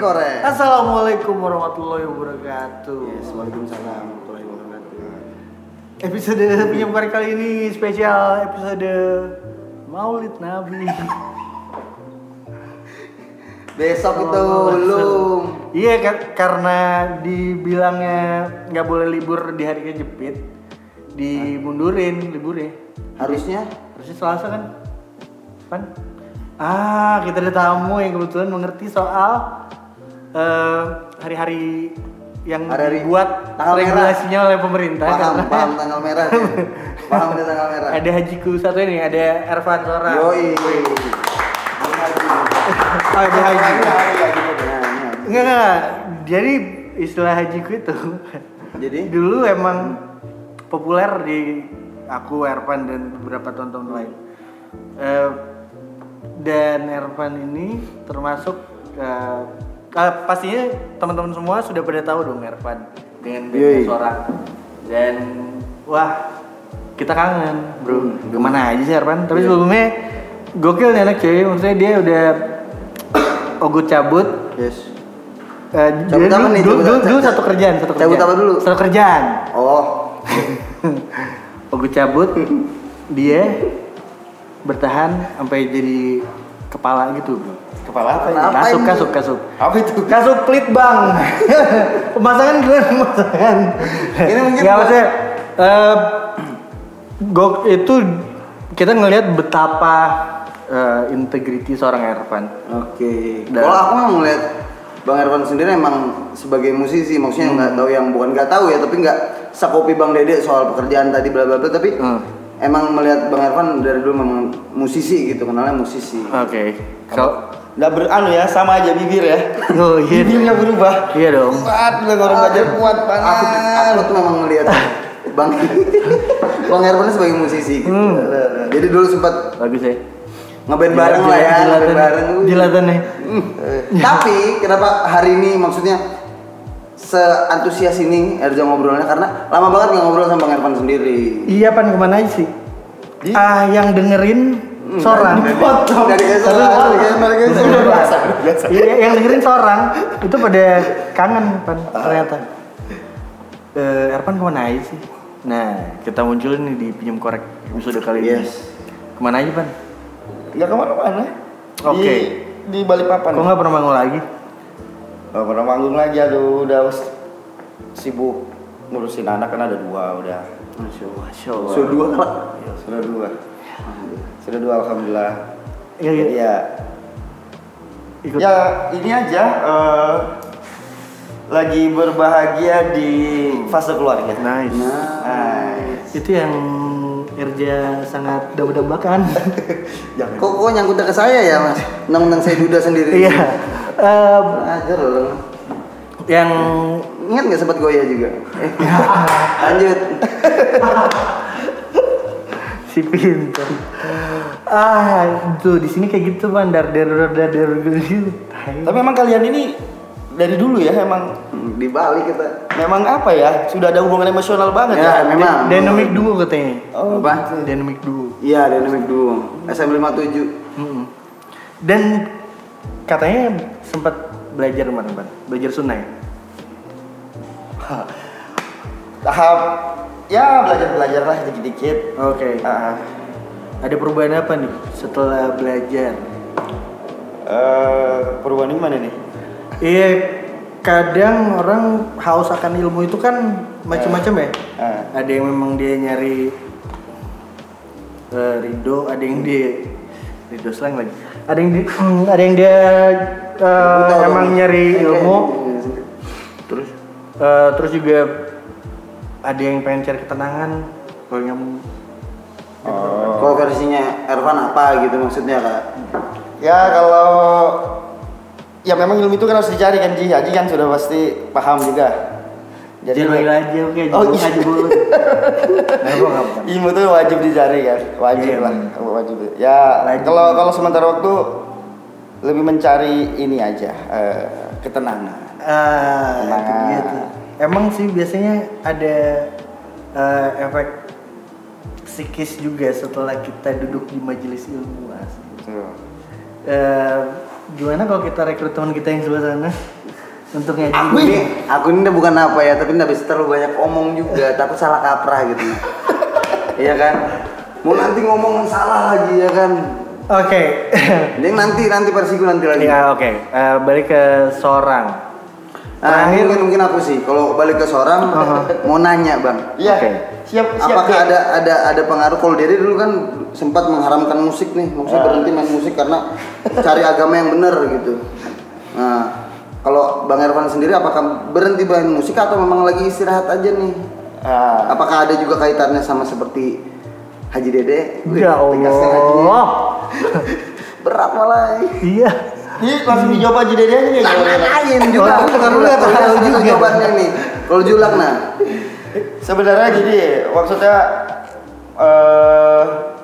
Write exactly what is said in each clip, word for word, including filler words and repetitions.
Korek. Assalamualaikum warahmatullahi wabarakatuh. Yes, waalaikumsalam warahmatullahi wabarakatuh. Episode Pinjam Korek kali ini spesial episode Maulid Nabi. Besok itu belum. Iya, kar- karena dibilangnya nggak boleh libur di hari kejepit, dimundurin liburnya. Harusnya Harusnya Selasa kan? Kan? Ah, kita ada tamu yang kebetulan mengerti soal uh, hari-hari yang Hari-hari dibuat tanggal regulasinya oleh pemerintah. paham, karena paham tanggal merah. Ya. Paham deh tanggal merah. Ada hajiku satu ini, ada Ervan Sora. Yoi. Oh, ada haji. Enggak, enggak. Jadi istilah hajiku itu Jadi dulu emang populer di aku, Ervan dan beberapa teman-teman lain. Uh, dan Ervan ini termasuk uh, uh, pastinya teman-teman semua sudah pada tahu dong Ervan dengan band Sora. Dan wah, kita kangen, Bro. Kemana aja sih Ervan? Tapi sebelumnya gokil nih anak cewek, maksudnya dia udah ogut cabut. yes. Uh, Cabut apa nih? Dulu, Cabut dulu, apa? dulu satu kerjaan, satu kerjaan. Cabut apa dulu? Satu kerjaan. Oh. Ogut cabut, dia bertahan sampai jadi kepala gitu, Bro. Kepala apa ini? Apa Kasub, ini? kasub, kasub. Apa itu? Kasub pelit bang. Pemasangan gimana pemasangan? Ini mungkin nggak buat- maksudnya. Uh, gok itu kita ngelihat betapa uh, integriti seorang Ervan. Oke. Dan- Kalau aku mah ngeliat Bang Ervan sendiri emang sebagai musisi, maksudnya nggak tahu yang bukan nggak tahu ya, tapi nggak sekopi Bang Dede soal pekerjaan tadi bla bla bla, tapi Hmm. emang melihat Bang Ervan dari dulu memang musisi gitu, kenalnya musisi. Oke. So, Nggak beranu ya, sama aja bibir ya. oh iya. Bibirnya berubah. Iya dong. Kuat, udah orang belajar kuat Aku, banget. aku tuh memang melihat Bang Bang Ervan sebagai musisi gitu. Hmm. Jadi dulu sempat Bagus ya. ngeband bareng lah ya, ngeband bareng. Jilatannya. Hmm. Tapi kenapa hari ini maksudnya seantusias ini Erja ngobrolnya, karena lama banget nggak ngobrol sama Bang Ervan sendiri. Iya pan kemana aja sih? Di- Ah yang dengerin seorang. Dipotong dari esoran, dari esoran. Udah biasa, udah biasa. Iya yang dengerin seorang itu pada kangen pan ternyata. Eh Ervan kemana aja sih? Nah kita munculin nih di Pinjam Korek episode kali ini. Yes. Kemana aja pan? Nggak kemana-mana. Oke. Di, di Balikpapan. Kok nggak pernah manggung lagi? Nggak pernah manggung lagi, aduh udah sibuk ngurusin anak, kan ada dua udah. Masya Allah. Masya Allah. So dua lah. Ya, sudah dua. Sudah dua, alhamdulillah. Iya iya. Ya, Ikut. ya ini aja. eh, lagi berbahagia di fase keluarga. Nice. Nice. Itu yang Irja sangat dambakan. Jangan. Kok kok nyangkutnya ke saya ya mas? Nang-nang saya duda sendiri. Iya. Eh, Ajar loh. yang Ingat nggak sempat goyah juga? Eh, lanjut. si pintar. Ah, tuh di sini kayak gitu pan, dar dar dar dar dar gitu. Tapi emang kalian ini dari dulu ya emang Di Bali kita. memang apa ya? Sudah ada hubungan emosional banget Ya, ya. memang. Dynamic duo katanya. Oh, Apa? Dynamic duo. Iya, Dynamic Duo. S M lima puluh tujuh. Mm-mm. Dan katanya sempat belajar mana pan? Belajar sunai. Tahap ya belajar-belajar lah dikit-dikit. Oke. Ah, Ada perubahan apa nih setelah belajar? eh, perubahan gimana nih? Iya, kadang orang haus akan ilmu itu kan macam-macam ya. Ah. Ada yang memang dia nyari eh, ridho, ada yang dia ridho slang lagi. Ada yang di, ada yang dia eh, emang nyari ilmu. Terus? Eh, terus juga ada yang pengen cari ketenangan. Kalau yang Oh. Kalau versinya Ervan apa gitu maksudnya kak? Ya kalau ya memang ilmu itu kan harus dicari kan Ji. Haji kan sudah pasti paham juga. jadi manggil aja oke, Oh, jebuk iya. aja dulu. Nah, gua nggak apa. Ilmu itu wajib dicari kan, wajib Iya, lah, bener. wajib. Ya Wajib. kalau kalau sementara waktu lebih mencari ini aja eh, ketenangan. Ah, itu Ketenangan. dia tuh. Emang sih biasanya ada eh, efek psikis juga setelah kita duduk di majelis ilmu asli. Tuh. Eh, gimana kalau kita rekrut teman kita yang sebelah sana? untuk ngaji. Aku ini, aku ini udah bukan apa ya, tapi nggak bisa terlalu banyak omong juga, takut salah kaprah gitu. Iya kan? Mau nanti ngomong salah lagi ya kan? Oke. Okay. Jadi nanti nanti versiku nanti lagi. Ya oke. Okay. Uh, balik ke seorang. Nah, ini mungkin mungkin aku sih. Kalau balik ke seorang, uh-huh. mau nanya bang. Iya. Okay. Siap. Siap. Apakah ya. ada ada ada pengaruh? Kalau Dede dulu kan sempat mengharamkan musik nih, maksudnya uh. berhenti main musik karena cari agama yang benar gitu. Nah, kalau Bang Ervan sendiri, apakah berhenti main musik atau memang lagi istirahat aja nih? Uh. Apakah ada juga kaitannya sama seperti Haji Dede? Ya Allah. Berat malah. Iya. Ini langsung dijawab Haji Dede aja nih. Lain juga. Aku kan dulu atau juga jawabannya nih. Kalau julak nah. Sebenarnya gini, maksudnya uh,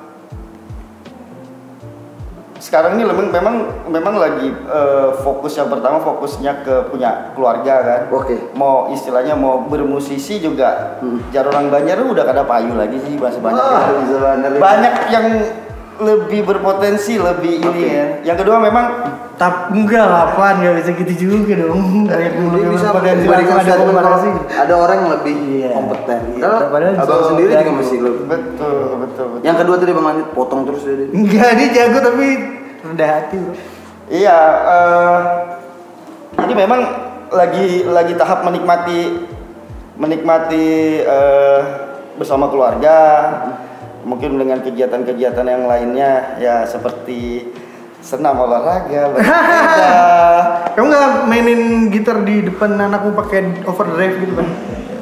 sekarang ini memang memang memang lagi uh, fokus yang pertama fokusnya ke punya keluarga kan. Oke. Okay. Mau istilahnya mau bermusisi juga. Hmm. Jarang Banjar udah kada payu lagi sih masih banyak. Oh, yang, banyak yang lebih berpotensi lebih okay. Ini ya. Yang kedua memang tap enggak lapan nggak bisa gitu juga dong. Banyak lebih bisa diberikan ada kompetensi. Ada orang yang lebih iya. kompeten. Iya. Padahal abang so, sendiri juga masih lebih. Betul, betul, betul. Yang kedua tadi Bang Lanjut potong terus dia. Enggak, dia jago tapi rendah hati, Bro. Iya, uh, jadi memang lagi lagi tahap menikmati menikmati uh, bersama keluarga. Mungkin dengan kegiatan-kegiatan yang lainnya ya seperti senam olahraga, bersepeda. Kamu nggak mainin gitar di depan anakmu pakai overdrive gitu kan?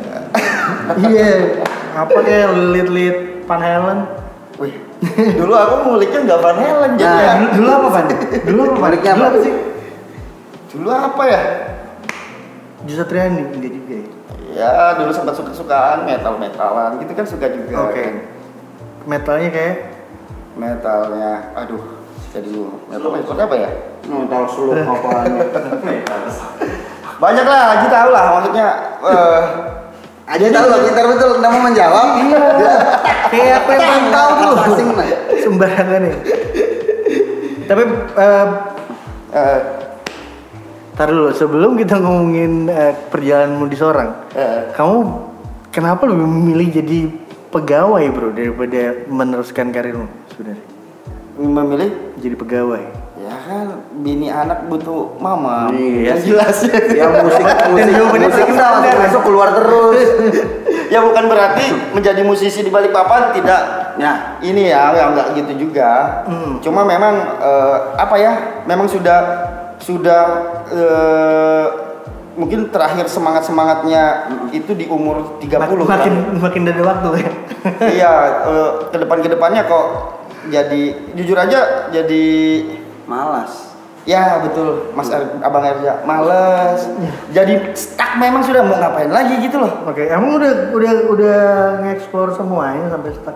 Iya. Apa kayak lead-lead Van Halen? Wih. Dulu aku nguliknya nggak Van Halen jadi. Nah, ya. Dulu apa Van? Dulu apa Van? Nguliknya apa sih? Dulu apa ya? Jusa Triani enggak juga ya? Ya dulu sempat suka-sukaan metal-metalan gitu kan suka juga. Oke. Okay. Kan. Metalnya kayak? Metalnya, aduh. Jadi dulu, metal metal apa ya? Metal slow apaan? Banyak lah, Aji tahu lah maksudnya. Uh, Aji tahu lah, pintar betul, kamu menjawab. Iya. Kayak apa yang tahu tuh? Asing lah. Sembarangan ya. Tapi, uh, uh, tar dulu, sebelum kita ngomongin uh, perjalananmu di Sorang, uh, kamu kenapa lebih memilih jadi pegawai bro daripada meneruskan karirmu sebenarnya? Memilih jadi pegawai. Ya kan bini anak butuh mama. Iya yang jelas. Ya musik musik musik kita masuk masuk keluar terus. Ya bukan berarti menjadi musisi di Balikpapan tidak. Ya ini ya enggak gitu juga. Hmm. Cuma memang uh, apa ya? Memang sudah sudah uh, mungkin terakhir semangat-semangatnya itu di umur tiga puluh makin kan? makin ada waktu ya. Iya, uh, ke depan-kedepannya kok jadi jujur aja jadi malas. Ya betul, Mas er, Abang Erja males. Jadi stuck memang sudah mau ngapain lagi gitu loh. Oke, emang udah udah udah nge-explore semuanya sampai stuck.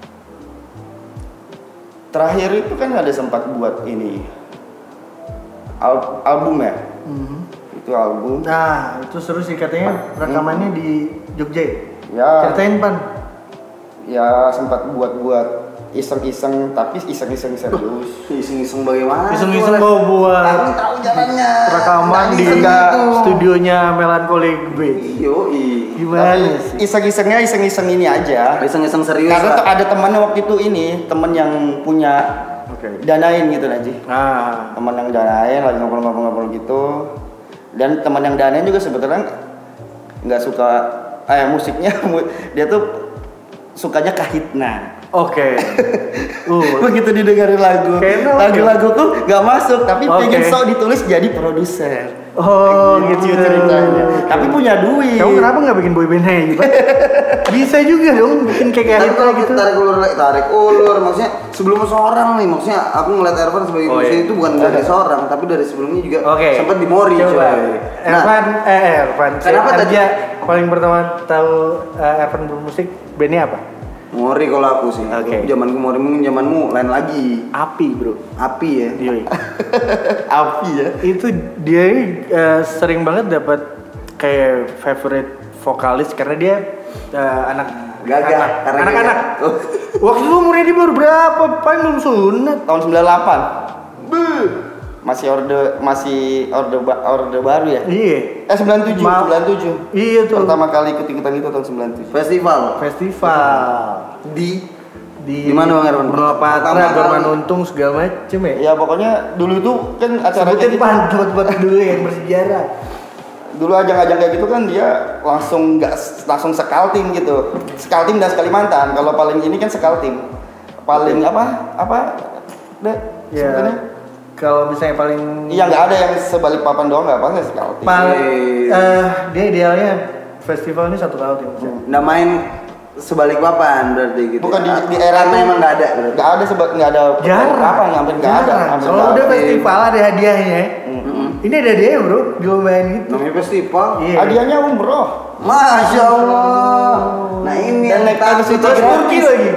Terakhir itu kan ada sempat buat ini al- album ya. Mm-hmm. Itu album. Nah, itu seru sih katanya rekamannya hmm. di Jogja. Ya. Ceritain Pan. Ya sempat buat-buat iseng-iseng tapi iseng-iseng serius. Iseng-iseng bagaimana? Iseng-iseng mau buat. Aku tahu jalannya. Rekaman di studionya Melancholy Beat. Yo, gimana sih? Iseng-isengnya iseng-iseng ini aja. Iseng-iseng serius. Karena tuh ada temannya waktu itu ini, teman yang punya okay. danain gitu aja. Ah. Teman yang danain lagi ngobrol-ngobrol gitu. Dan teman yang danain juga sebetulnya nggak suka eh musiknya dia tuh sukanya kahitna. Oke. Okay. Uh. Begitu didengarin lagu, okay, no, lagu-lagu tuh nggak masuk, tapi okay. pengen sok ditulis jadi produser. Oh, gitu, gitu ceritanya. Okay. Tapi punya duit. Kamu kenapa nggak bikin boyband aja? Bisa juga dong, bikin kayak gitu. Tarik, tarik ulur, tarik ulur. Maksudnya sebelum seorang nih, maksudnya aku ngeliat Ervan sebagai oh, musisi iya. itu bukan dari seorang, tapi dari sebelumnya juga okay. sempat di Mori. Coba. Ervan, nah, eh Ervan. Kenapa tadi paling pertama tahu uh, Ervan bermusik, bandnya apa? Mori kalau aku sih. Oke. Okay. Zamanku Mori, mungkin zamanmu lain lagi. Api, Bro. Api ya. Iya. Api ya. Itu dia uh, sering banget dapat kayak favorite vokalis karena dia uh, anak gagah, karena anak-anak. Waktu itu umurnya dia baru berapa? Paling belum sunat. Tahun sembilan puluh delapan. Beuh. masih orde masih orde ba- orde baru ya? Iya. Eh sembilan puluh tujuh, Ma- sembilan puluh tujuh. Iya tuh. Pertama kali ikut ikutan itu tahun sembilan puluh tujuh. Festival. Festival Di di Di mana Bang Erwan? Purna Patra, Pertama Gorman kali. Untung segala macem ya. Ya pokoknya dulu itu kan acara kayak Sebutin gitu. pan tempat-tempat dulu yang bersejarah. Dulu ajang-ajang kayak gitu kan dia langsung nggak langsung sekaltim gitu. Sekaltim dan Sekalimantan. Kalau paling ini kan sekaltim. Paling apa? Apa? Deh, Ya. sebutannya? Kalau misalnya paling Iya nggak ada yang sebalik papan doang nggak apa sekaltim. paling Iya. eh dia idealnya festival ini satu kali tim. Nggak main sebalik papan berarti gitu. Bukan di, ya? di era Karena itu emang nggak ada berarti. nggak ada sebab nggak ada Jarang. apa hampir nggak ada. Jarang. hampir Kalau nggak udah ada. festival ada hadiahnya. Mm-mm. Ini ada hadiahnya bro, dilombain gitu. Namanya festival. Iya. Hadiahnya umroh. Masya Allah. Nah ini Dan yang naik tak taksi Terus Turki lagi.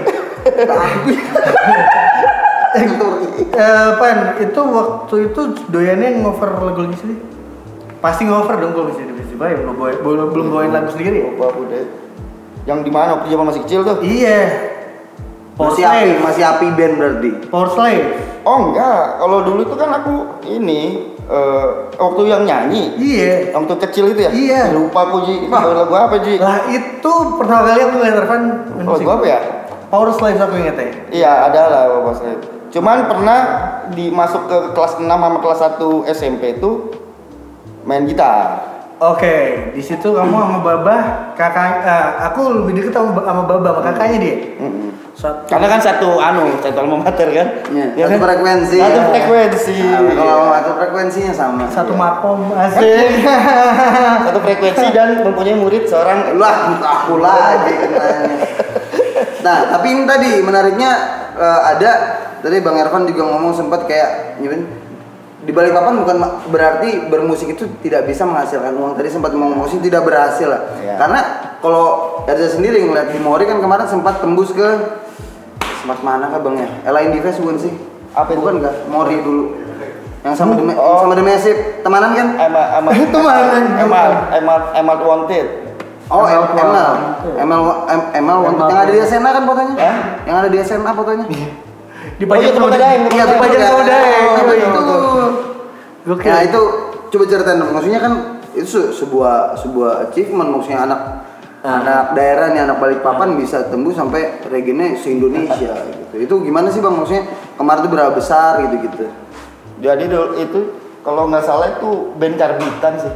Eh, Pan, itu waktu itu doyannya ngover lagu lagi sih? Pasti ngover dong kalau bisa di festival ya, belum bawain, belum, belum bawain lagu sendiri ya? Lupa aku deh. Yang di mana waktu zaman masih kecil tuh? Iya. Power masih api, Slave. masih api band berarti. Power Slave. Oh enggak, kalau dulu itu kan aku ini eh, waktu yang nyanyi. Iya. Waktu kecil itu ya? Iya. Lupa aku Ji, itu Wah. lagu apa Ji? Lah itu pertama kali aku ngeliat Irfan main musik. Lagu apa ya? Power Slave aku inget ya. Iya ada lah Bapak saya. Cuman pernah dimasuk ke kelas enam sama kelas satu S M P itu main gitar. Oke, di situ kamu sama Babah, kakak, eh, aku lebih deket sama, sama Babah, sama kakaknya dia. Mm-mm. Satu. Karena kan satu anu, satu alma mater kan? Iya, Ya satu kan? frekuensi. Satu ya. frekuensi. Nah, kalau satu frekuensinya sama. Satu Iya. makom asik. Satu frekuensi dan mempunyai murid seorang. Lah, aku lagi kenanya. Nah, tapi ini tadi menariknya eh, ada tadi Bang Ervan juga ngomong sempat kayak nyebut di balik papan bukan ma- berarti bermusik itu tidak bisa menghasilkan uang. Tadi sempat ngomong musik tidak berhasil lah. Iya. Karena kalau Erza sendiri ngeliat di Mori kan kemarin sempat tembus ke sempat mana kah Bang ya? Elaine Dives bukan sih? Apa itu? Bukan kah? Mori dulu. Yang sama The, Oh. sama The Massive, temanan kan? Emal, emal, Teman. emal, emal, emal wanted. Oh, Emal Emal. Emal. Emal, Em- Emal, Emal. yang ada di S N A kan fotonya? Hah? Yang ada di S N A fotonya? Di Oh, iya, pajak tempat Daeng, Iya, di pajak Daeng. Daeng. Oh, Iya, betul. itu. Gokil. Nah itu coba ceritain dong. Maksudnya kan itu se- sebuah sebuah achievement. Maksudnya anak Ah. anak daerah nih, anak Balikpapan bisa tembus sampai regionnya se-Indonesia gitu. Itu gimana sih Bang? Maksudnya kemarin itu berapa besar gitu-gitu? Jadi dulu itu kalau nggak salah itu band Karbitan sih.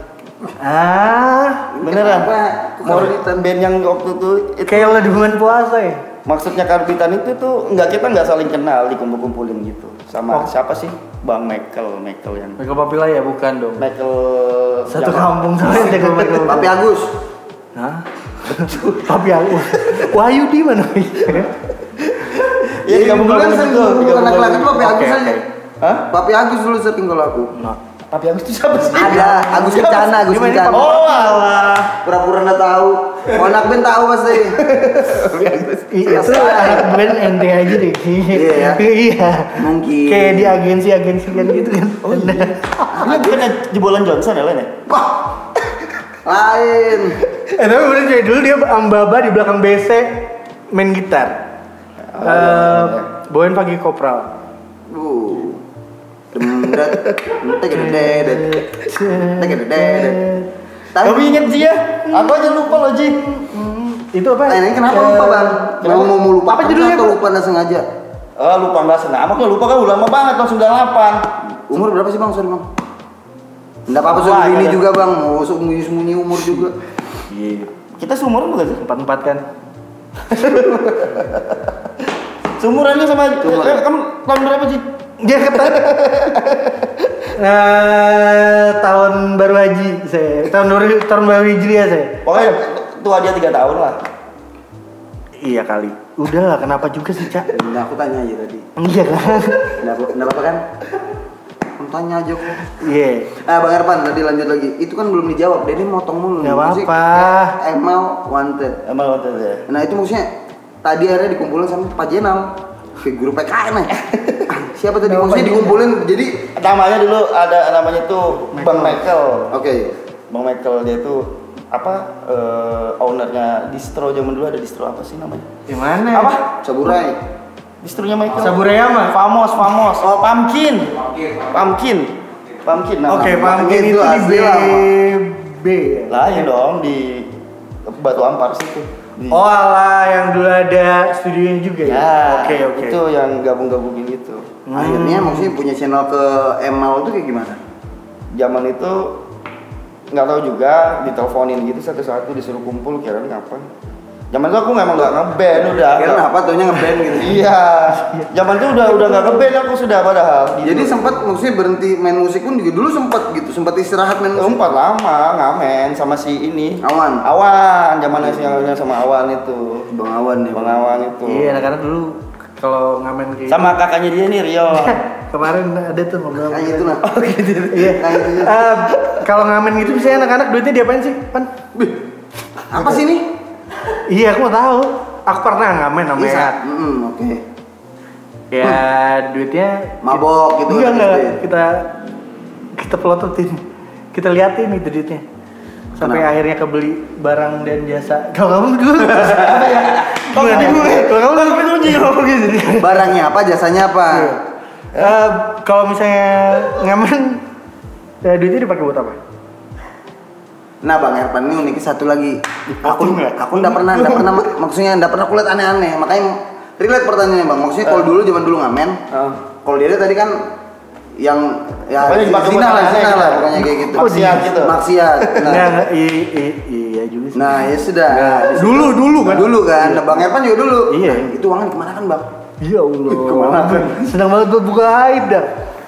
Ah, Beneran. Kenapa? Mau Karbitan? band yang waktu itu, itu kayak lagi bulan puasa ya. maksudnya Karbitan itu tuh nggak kita nggak saling kenal dikumpul-kumpulin gitu. Sama Oh. siapa sih? Bang Michael, Michael yang Mereka Papila ya bukan dong. Michael Satu yang- kampung sama jago mereka. Papi Agus. Hah? Papi aku. Wahyu di mana? Iya, Jadi dulu kan digabung-gabung sering gitu, dulu digabung-gabung. anak-anak itu Papi Oke, Agus oke. aja. Hah? Papi Agus dulu sering kalau aku. Nah. Papi Agus itu siapa sih? Ada Agus Kencana, Agus Gimana, Kencana. Oh alah. Pura-pura nggak tahu. Oh, anak band tahu pasti. Itu anak band ente aja deh. Iya ya? Iya. Mungkin. Kayak di agensi-agensi kan gitu kan. Oh iya. Ini bukan jebolan Johnson ya Len ya? Wah. Lain. Eh tapi bener cuy, dulu dia sama Baba di belakang B C main gitar. Oh, Eh, iya, iya. bawain pagi kopral. Uh. Demdet. Tegede-dedet. Tegede-dedet. Tapi inget sih ya, aku aja lupa loh Ji. Itu apa? Nah, ini kenapa Eh, lupa Bang? Mau mau mau lupa Apa judulnya, atau Bang? lupa nggak sengaja? Oh lupa nggak senang, aku lupa kan udah lama banget tahun sembilan puluh delapan. Umur berapa sih Bang? Sorry Bang. Enggak apa-apa Wah, soal ini ada. juga Bang. Mau sembunyi-sembunyi umur juga. Iya. Kita seumuran bukan sih? Empat-empat kan. Seumurannya sama Seumuran. eh, kamu tahun berapa sih? Dia kata eh tahun baru haji saya. Tahun baru tahun baru hijriah saya. Pokoknya tua dia tiga tahun lah. Iya kali. Udah lah, kenapa juga sih, Cak? Enggak, aku tanya aja tadi. Iya kan? Enggak enggak apa-apa kan? Aku tanya aja kok. Iya. Ah, Bang Erpan tadi lanjut lagi. Itu kan belum dijawab. Dia motong mulu. Nggak Musik, apa-apa. eh, Emal Wanted. Emang waktu itu ya. Nah, itu maksudnya tadi akhirnya dikumpulin sama Pak Jenal. Kayak guru P K M ya. Siapa tadi? Nama Maksudnya Pak dikumpulin jadi Namanya dulu ada namanya tuh Bang Michael. oke. Bang Michael dia tuh apa eh, ownernya distro zaman dulu ada distro apa sih namanya? Di mana? Apa? Saburai. Distronya Michael. Saburayama. Famos, Famos. Oh, Pumpkin. Pumpkin. Pumpkin nama. Oke, Pumpkin itu di B B. Lain dong di Batu Ampar situ. Di... Oh alah, yang dulu ada studionya juga ya? Ya, oke oke. Itu yang gabung-gabungin itu. Hmm. Akhirnya maksudnya punya channel ke M L itu kayak gimana? Zaman itu nggak tahu juga, diteleponin gitu satu-satu disuruh kumpul, kira ngapa? Zaman itu aku memang nggak ngeband udah. Kira apa tuhnya ngeband gitu? Iya. Zaman itu udah udah nggak ngeband aku sudah padahal. Jadi sempat maksudnya berhenti main musik pun juga dulu sempat gitu, sempat istirahat main musik. Sempat lama ngamen sama si ini. Awan. Awan, zamannya si sama Awan itu. Bang Awan nih. Bang Awan itu. Iya, anak-anak dulu kalau ngamen kayak Sama kakaknya dia nih Rio. kemarin ada tuh ngobrol. Kayak gitu nah. Oh gitu. Iya. Kayak gitu. Eh, kalau ngamen gitu biasanya anak-anak duitnya diapain sih, Pan? Apa sih ini? Iya, aku mau tahu. Aku pernah ngamen sama Bisa. ya. Hmm, oke. Ya, duitnya Mabok gitu. Enggak, kan enggak. pasti. Kita kita pelototin. Kita liatin itu duitnya. Sampai Kenapa? akhirnya kebeli barang dan jasa. Kalau kamu dulu apa ya? Oh, Gimana? gue. Kalau kamu dulu itu ngomong gitu. Barangnya apa, jasanya apa? Eh, kalau misalnya ngamen, ya duitnya dipakai buat apa? Nah Bang Erpan ini uniknya satu lagi. Aku Dipotong nggak? aku nggak pernah nggak pernah maksudnya nggak pernah kulihat aneh-aneh. Makanya relate pertanyaannya Bang. Maksudnya kalau dulu zaman dulu ngamen, Oh. kalau dia tadi kan yang ya Pokoknya dipakai zina buat lah, aneh-aneh zina gitu. lah pokoknya kayak gitu. Maksiat gitu. Maksiat. Nah, Enggak, enggak, i- i- iya juga sih. nah ya sudah. Dulu, dulu kan? Dulu kan. Nah, Bang Erpan juga dulu. Iya. Nah, itu uangnya kemana kan Bang? Ya Allah. Kemana kan? Senang banget buat buka aib dah.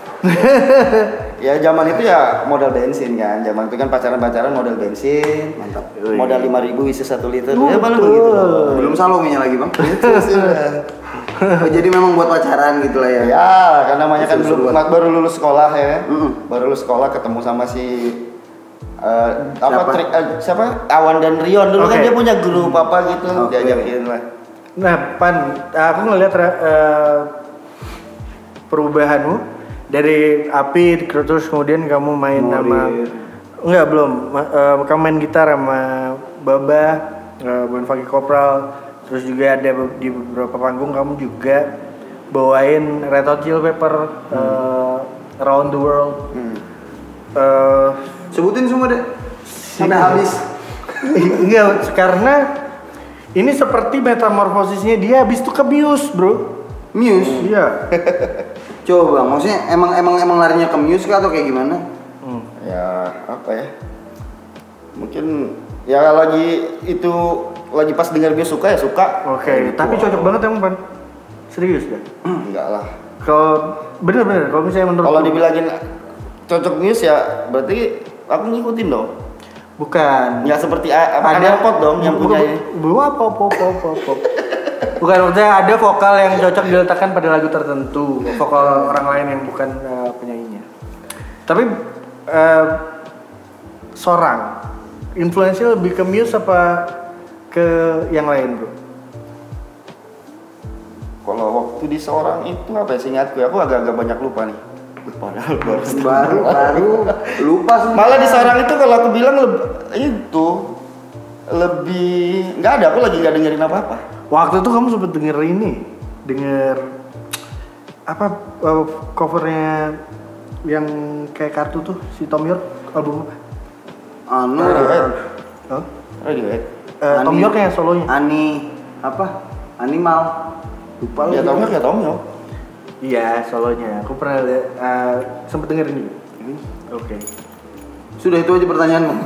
Ya zaman itu ya modal bensin kan. Zaman itu kan pacaran-pacaran modal bensin. Mantap. Modal lima ribu isi satu liter. Betul. Ya paling begitu. Belum salominya lagi Bang. Oh, jadi memang buat pacaran gitu lah ya. Ya, karena namanya kan belum Seru-seruan. baru lulus sekolah ya. Mm-mm. Baru lulus sekolah ketemu sama si eh, apa Siapa? trik eh, siapa? Awan dan Rion dulu kan Oke. dia punya grup apa gitu. Oke. Diajakin lah. Nah, Pan, aku ngeliat eh, perubahanmu dari Api terus kemudian kamu main Morir. sama enggak belum Ma- eh, kamu main gitar sama Baba, uh, Bon Fagi Kopral, terus juga ada be- di beberapa panggung kamu juga bawain Red Hot Chili Pepper eh, Around the World. Hmm. Eh, Sebutin semua deh. Sampai habis. enggak, karena ini seperti metamorfosisnya dia habis itu ke Muse, bro. Muse. Iya. Coba Bang, maksudnya emang emang emang larinya ke Muse kah atau kayak gimana? Hmm. Ya apa ya? Mungkin ya lagi itu lagi pas dengar dia suka ya suka. Oke, Kayak gitu. tapi cocok banget emang Pan. Serius dah. Enggak lah. Kalau bener-bener, kalau misalnya menurut Kalau dibilangin cocok Muse ya berarti aku ngikutin dong. bukan. Nggak seperti a- apa ada pot dong yang Bu- punya. bu- apa apa apa apa apa. Bukan, maksudnya ada vokal yang cocok diletakkan pada lagu tertentu, vokal orang lain yang bukan eh, penyanyinya. Tapi eh, seorang influensial lebih ke Muse apa ke yang lain, bro? Kalau waktu di seorang itu apa ya seingatku ya, aku agak-agak banyak lupa nih. Padahal baru Baru baru lupa semua. Malah di seorang itu kalau aku bilang leb- itu lebih nggak ada, aku lagi nggak dengerin apa-apa. Waktu itu kamu sempet denger ini, denger apa uh, covernya yang kayak kartu tuh si Tom York album apa? Anu. Radiohead. Oh? Radiohead. Uh, Tom Ani- York yang solonya. Ani apa? Animal. Lupa Ya lu. Tom York ya Tom York. Iya, solonya. Aku pernah liat, uh, sempet dengerin juga. Oke. Sudah itu aja pertanyaanmu.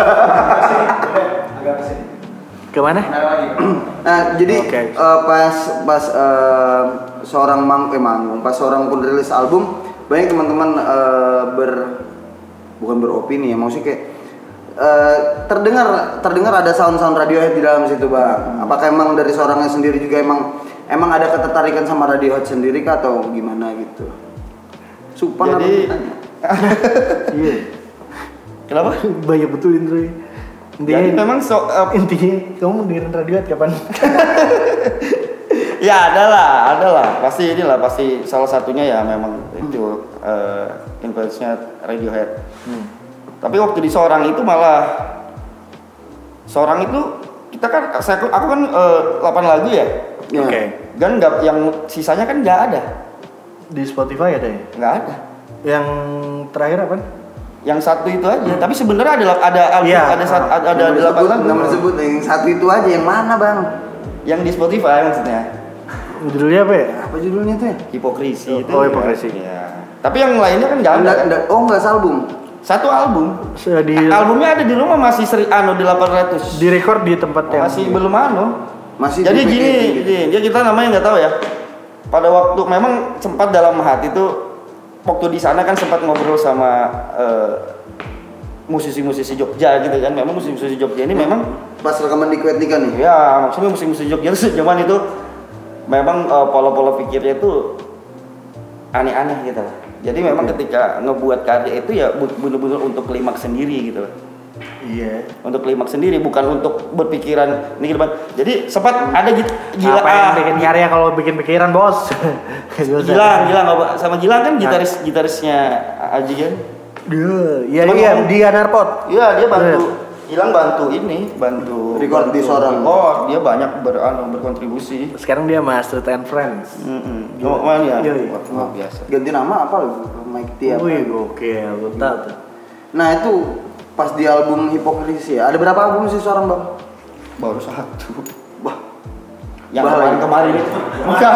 Kemana? Nah, jadi Oke. eh, pas pas eh, seorang mang eh manggung, pas seorang pun rilis album, banyak teman-teman eh, ber bukan beropini ya, maksudnya kayak eh, terdengar terdengar ada sound-sound Radiohead di dalam situ, Bang. Apakah emang dari seorangnya sendiri juga emang emang ada ketertarikan sama Radiohead sendiri kah atau gimana gitu? Supan Jadi- apa tanya? Iya. Kenapa? Banyak betul Indra. Intinya, Jadi memang so, uh, intinya kamu dengerin Radiohead kapan? ya ada lah, ada lah. Pasti inilah pasti salah satunya ya memang itu uh, influence-nya Radiohead. Hmm. Tapi waktu di seorang itu malah seorang itu kita kan saya aku kan uh, delapan lagu ya. Ya. Oke. Kan nggak yang sisanya kan nggak ada, Di Spotify ada ya? nggak ada. Yang terakhir apa? Yang satu itu aja, tapi sebenarnya ada ada album, Iya. ada sat- ada ada Nama delapan disebut, lagu. nama disebut yang satu itu aja, yang mana bang? Yang di Spotify maksudnya. Judulnya apa ya? Apa judulnya tuh ya? Hipokrisi itu. Oh, Hipokrisi. Ya. Tapi yang lainnya kan nggak ada. Enggak, Kan? enggak, oh enggak album. Satu album. Sudah di Albumnya ada di rumah masih seri anu delapan ratus. di record di tempat yang Masih belum anu. Masih Jadi di- gini, gini, dia kita namanya nggak tahu ya. Pada waktu memang sempat dalam hati tuh waktu di sana kan sempat ngobrol sama eh, musisi-musisi Jogja gitu kan. Memang musisi-musisi Jogja ini memang Pas rekaman di Kuetika nih. ya maksudnya musisi-musisi Jogja itu zaman itu memang eh, pola-pola pikirnya itu aneh-aneh gitu lah. Jadi memang ketika ngebuat karya itu ya bu- bener-bener untuk klimaks sendiri gitu loh. Iya. Untuk klimaks sendiri bukan untuk berpikiran ini depan. Jadi sempat ada gitu gila Apa yang ah, bikin karya kalau bikin pikiran, Bos? Gilang, Gilang nggak- sama Gilang kan gitaris gitarisnya Aji kan? Dia, iya Cuman iya, ngomong- dia narpot. Iya dia bantu, Gilang bantu ini, bantu Record di bantu Sorong. record. Dia banyak ber, anu, berkontribusi. Sekarang dia sama Street and Friends. Mm-mm. Oh, mana ya? Iya, iya. Wah, luar biasa. Ganti nama apa lagi? Mike T apa? Wih, gokil, gue tahu tuh. Nah itu pas di album Hipokrisi ya. Ada berapa album sih seorang bang? Baru satu. Wah, Yang Bah, kemarin-kemarin itu. Bukan.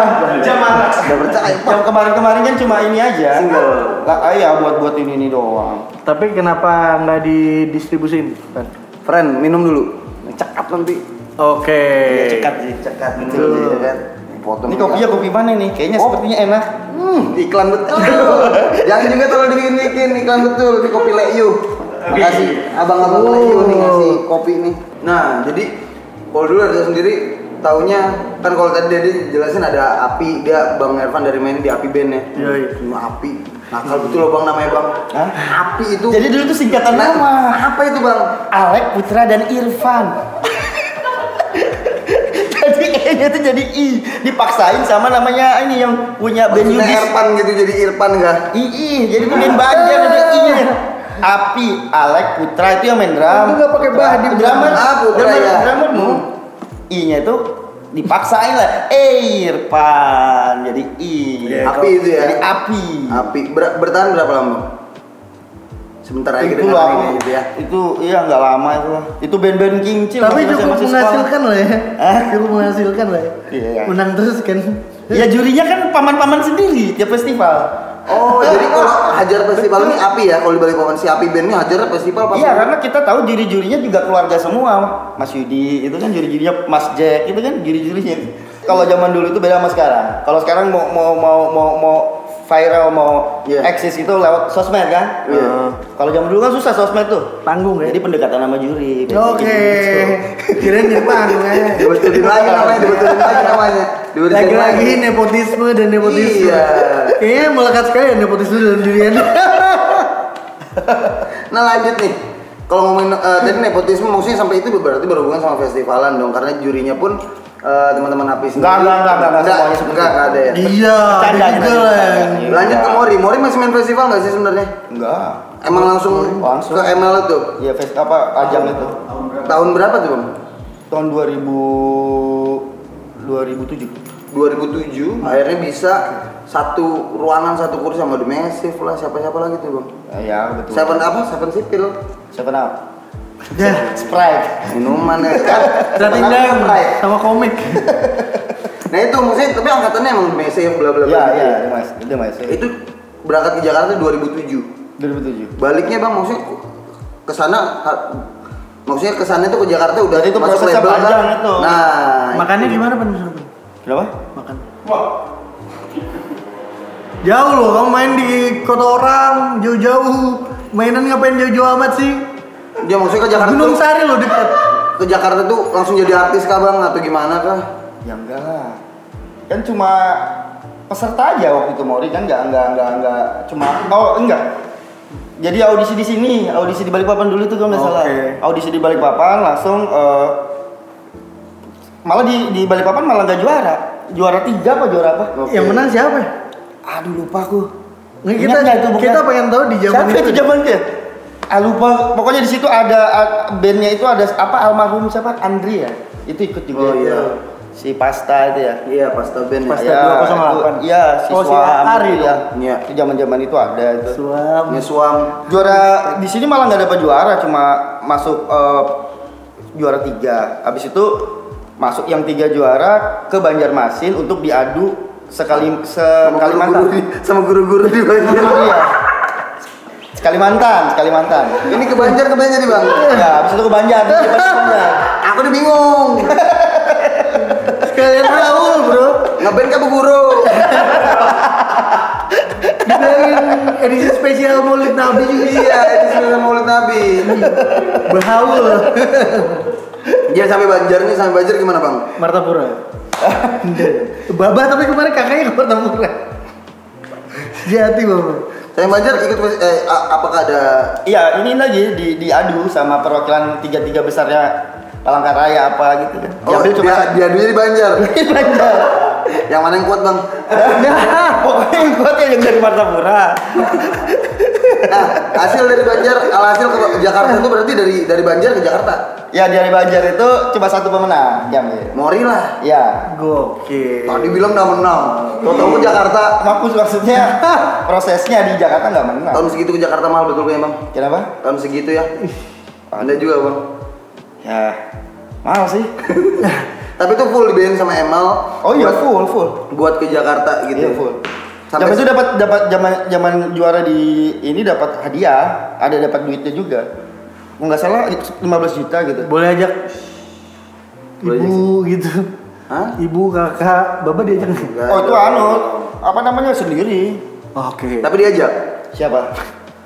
udah percaya Yang kemarin-kemarin kan cuma ini aja. Single. Lah, ah, iya buat-buat ini ini doang. Tapi kenapa nggak didistribusin? Pan? Friend, minum dulu. Cekap nanti. Oke. Iya, cekat sih. Cekat Betul. betul ya kan. Potong Ini kopinya kopi mana nih? Kayaknya Oh. sepertinya enak. Hmm, iklan betul. Jangan juga terlalu dibikin iklan betul. Ini kopi Leyu. Makasih abang-abang Leyu nih ngasih kopi nih. Nah, jadi kalau dulu ada sendiri taunya kan kalau tadi dia jelasin ada Api, dia Bang Ervan dari main di Api Band ya. Iya, iya. Cuma Api. Nakal betul loh Bang namanya Bang. Hah? Api itu. Jadi dulu tuh singkatan Nah, nama. Apa itu Bang? Alek, Putra dan Irfan. Jadi E-nya tuh jadi I, dipaksain sama namanya ini yang punya band Maksudnya Yudis. Ervan gitu jadi Irfan enggak? I, I, jadi tuh band Banjar ada I-nya. Api, Alek, Putra itu yang main drum. Itu nggak pakai bah di drummer. Ah, Putra drummer, ya. drummer mu. I-nya itu dipaksain lah. Eh, Irfan jadi I. Api itu ya? Jadi Api. Api Ber- bertahan berapa lama? Sebentar aja Itu kita lah, dengerin gitu ya. itu iya nggak lama itu lah. Itu band-band kincil. Tapi masih- cukup masih sekolah. menghasilkan lah ya. Hah? Cukup menghasilkan lah ya. Iya. Menang terus kan. Ya jurinya kan paman-paman sendiri tiap festival. Oh, jadi kalau Hajar Festival ini Api ya? Kalau dibalik papan si Api Band ini Hajar Festival pasti. Iya, karena kita tahu juri-jurinya juga keluarga semua. Mas Yudi itu kan juri-jurinya, Mas Jack itu kan juri-jurinya. Kalau zaman dulu itu beda sama sekarang. Kalau sekarang mau mau mau mau, mau viral mau Iya. eksis itu lewat sosmed kan? Iya. Kalau zaman dulu kan susah sosmed tuh. Tanggung ya. Jadi pendekatan sama juri. Oke. Kirain jadi panggung ya. Dibetulin lagi namanya, dibetulin lagi namanya. Dibetulin Lagi-lagi nepotisme dan nepotisme. Iya. Kayaknya melekat sekali ya nepotisme dalam diri Anda. Nah lanjut nih. Kalau ngomongin eh, tadi nepotisme maksudnya sampai itu berarti berhubungan sama festivalan dong karena jurinya pun eh, teman-teman Api sendiri. Enggak, enggak, enggak, enggak, enggak, semuanya seperti enggak, itu. enggak ada ya. Iya, Bercanda, ada juga bercanda. lah yang Iya. Lanjut ke Mori. Mori masih main festival nggak sih sebenarnya? Enggak. Emang langsung, Langsung. ke M L itu? Iya, fest apa ajang itu. Tahun berapa tuh Bang? Tahun dua ribu dua ribu tujuh. dua ribu tujuh akhirnya bisa satu ruangan satu kursi sama The Massive lah siapa-siapa lagi tuh Bang. Ya, betul. Seven apa? Seven Sipil. Seven up. Ya, Sprite. Minuman ya. Tratindang Sprite. sama komik. Nah itu maksudnya tapi angkatannya emang The Massive bla bla bla. Ya, gitu ya, itu Mas. Itu Mas. Itu berangkat ke Jakarta dua ribu tujuh. dua ribu tujuh. Baliknya Bang maksudnya ke sana ha- maksudnya ke sana tuh ke Jakarta udah Jadi itu masuk prosesnya label panjang kan? itu. Nah, Makannya gimana Pan? Pan? Kenapa? Makan. Jauh loh, kamu main di kota orang, jauh-jauh. Mainan ngapain jauh-jauh amat sih? dia maksudnya ke Jakarta Gunung tuh, Sari loh dekat. ke Jakarta tuh langsung jadi artis kah Bang atau gimana kah? Ya enggak lah. Kan cuma peserta aja waktu itu Mori kan enggak enggak enggak enggak cuma oh enggak. Jadi audisi di sini, audisi di Balikpapan dulu tuh kalau nggak salah. Oke. Audisi di Balikpapan langsung eh, malah di di Balikpapan malah nggak juara. Juara tiga apa juara apa? Oke. Yang menang siapa? Aduh lupa aku. Nggak, Ingat kita nggak itu, bukan? kita pengen tahu di zaman Siapa itu zaman dia? Ah lupa. Pokoknya di situ ada ah, bandnya itu ada apa almarhum siapa? Andri ya. Itu ikut juga. Oh, iya. si Pasta itu ya. Iya, Pasta Band. Pasta Ya. dua nol delapan. Itu, iya, si Oh, si Swam. Ari itu dong. ya. Iya. Itu zaman-zaman itu ada itu. Suam. Ngeswam. Juara di sini malah nggak dapat juara, cuma masuk eh, juara tiga. Habis itu masuk yang tiga juara ke Banjarmasin untuk diadu sekali Sama sekalimantan. guru-guru di- Sama guru-guru di Banjar. Iya. Sekalimantan, Sekalimantan. Ini ke Banjar ke Banjar nih, Bang. Ya, habis itu ke Banjar, ke Banjar. Aku udah bingung. Sekalian Raul, Bro. Ngeband ke Bu Guru. Dibilangin edisi spesial Maulid Nabi juga. Iya, itu sebenarnya Maulid Nabi. Berhaul. Dia sampai Banjar nih, sampai Banjar gimana, Bang? Martapura. Babah tapi kemarin kakaknya ke Martapura. Jati, Bang. Saya Banjar ikut eh a- apakah ada Iya, ini lagi di diadu sama perwakilan tiga-tiga besarnya Palangkaraya apa gitu kan. Oh, Diambil cuma dia, dia dulunya di Banjar. di Banjar. Yang mana yang kuat, Bang? Nah, pokoknya yang kuat ya yang dari Martapura. Nah, hasil dari Banjar, alhasil ke Jakarta itu berarti dari dari Banjar ke Jakarta. Ya dari Banjar itu cuma satu pemenang, diambil. Mori lah. Ya. Gokil. Tadi bilang udah menang. Tahu-tahu ke Jakarta. Maksud maksudnya prosesnya di Jakarta nggak menang. Tahun segitu ke Jakarta mahal betul kayaknya, Bang. Kenapa? Tahun segitu ya. Anda juga, Bang. Ya, mahal sih. Tapi itu full dibayarin sama Emal. Oh iya buat- full full. Buat ke Jakarta gitu. Iya full. Sampai Zaman itu dapat dapat zaman zaman juara di ini dapat hadiah, ada dapat duitnya juga. Kalau nggak salah lima belas juta gitu. Boleh ajak Boleh ibu gitu. Hah? Ibu, kakak, bapak diajak nggak? Enggak Oh itu ada. anu apa namanya sendiri. Oke. Tapi diajak. Siapa?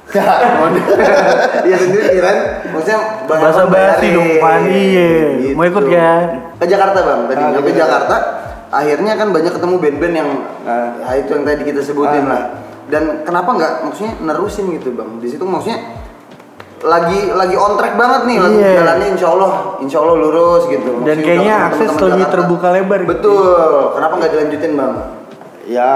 Dia sendiri kan. Maksudnya Bang Bahasa Emal basi bayarin. dong, Pan. Iya. Mau ikut ya? Ke Jakarta, Bang. Tadi Ah, nyampe ke Jakarta. Akhirnya kan banyak ketemu band-band yang Ah. ya itu yang tadi kita sebutin Ah. lah. Dan kenapa nggak maksudnya nerusin gitu, Bang? Di situ maksudnya lagi lagi on track banget nih, lagi Iya. jalannya insya Allah, insya Allah lurus gitu. Dan Maksudnya kayaknya udah akses teman-teman lebih Jakarta. terbuka lebar gitu. Betul. Kenapa nggak dilanjutin, Bang? Ya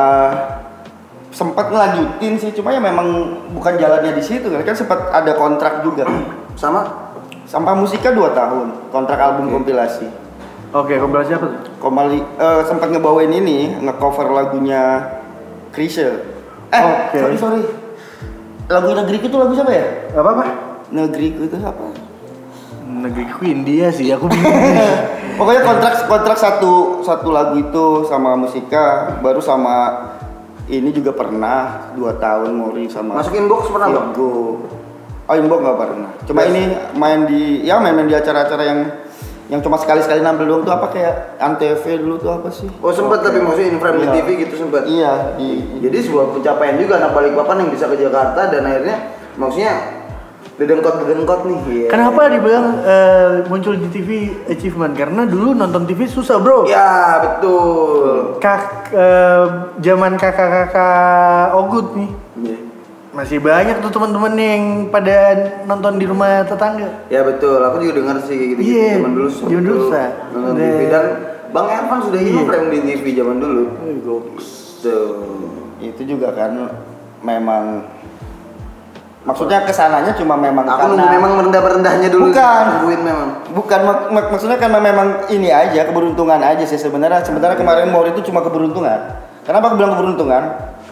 sempat ngelanjutin sih, cuma ya memang bukan jalannya di situ kan. Kan sempat ada kontrak juga. Sama? Sampah Musika dua tahun, kontrak album kompilasi. Oke, kompilasi apa tuh? Komali eh, sempat ngebawain ini, ngecover lagunya Krisye. Eh, Oke. sorry sorry. Lagu Negeriku itu lagu siapa ya? Gak apa-apa. Negeriku itu apa? Negeriku India sih, aku bingung. Pokoknya kontrak kontrak satu satu lagu itu sama Musika, baru sama ini juga pernah dua tahun Mori sama. Masuk inbox pernah, Bang? Virgo. Oh inbox nggak pernah. Cuma Yes. ini main di ya main, main di acara-acara yang yang cuma sekali-sekali nampil doang tuh apa kayak Antv dulu tuh apa sih? Oh sempat tapi maksudnya in frame di Iya. T V gitu sempat. Iya di Jadi sebuah pencapaian juga anak Balikpapan yang bisa ke Jakarta dan akhirnya maksudnya dedengkot dedengkot nih. Iya. Kenapa dibilang eh, muncul di T V achievement? Karena dulu nonton T V susah, Bro. Ya betul. Kak eh, zaman kakak-kakak Ogut nih. Iya. Masih banyak tuh teman-teman yang pada nonton di rumah tetangga. Ya betul. Aku juga dengar sih gitu. Iya, Zaman dulu. zaman dulu, Sa. Nonton Dan- T V dan Bang Ervan sudah Iya. in frame di T V zaman dulu. Tuh. itu juga kan memang maksudnya kesananya cuma memang Aku karena nunggu memang merendah-merendahnya dulu. Bukan. Nungguin memang. bukan mak- mak- maksudnya kan memang ini aja keberuntungan aja sih sebenarnya sebenarnya kemarin Mori itu cuma keberuntungan. Kenapa aku bilang keberuntungan?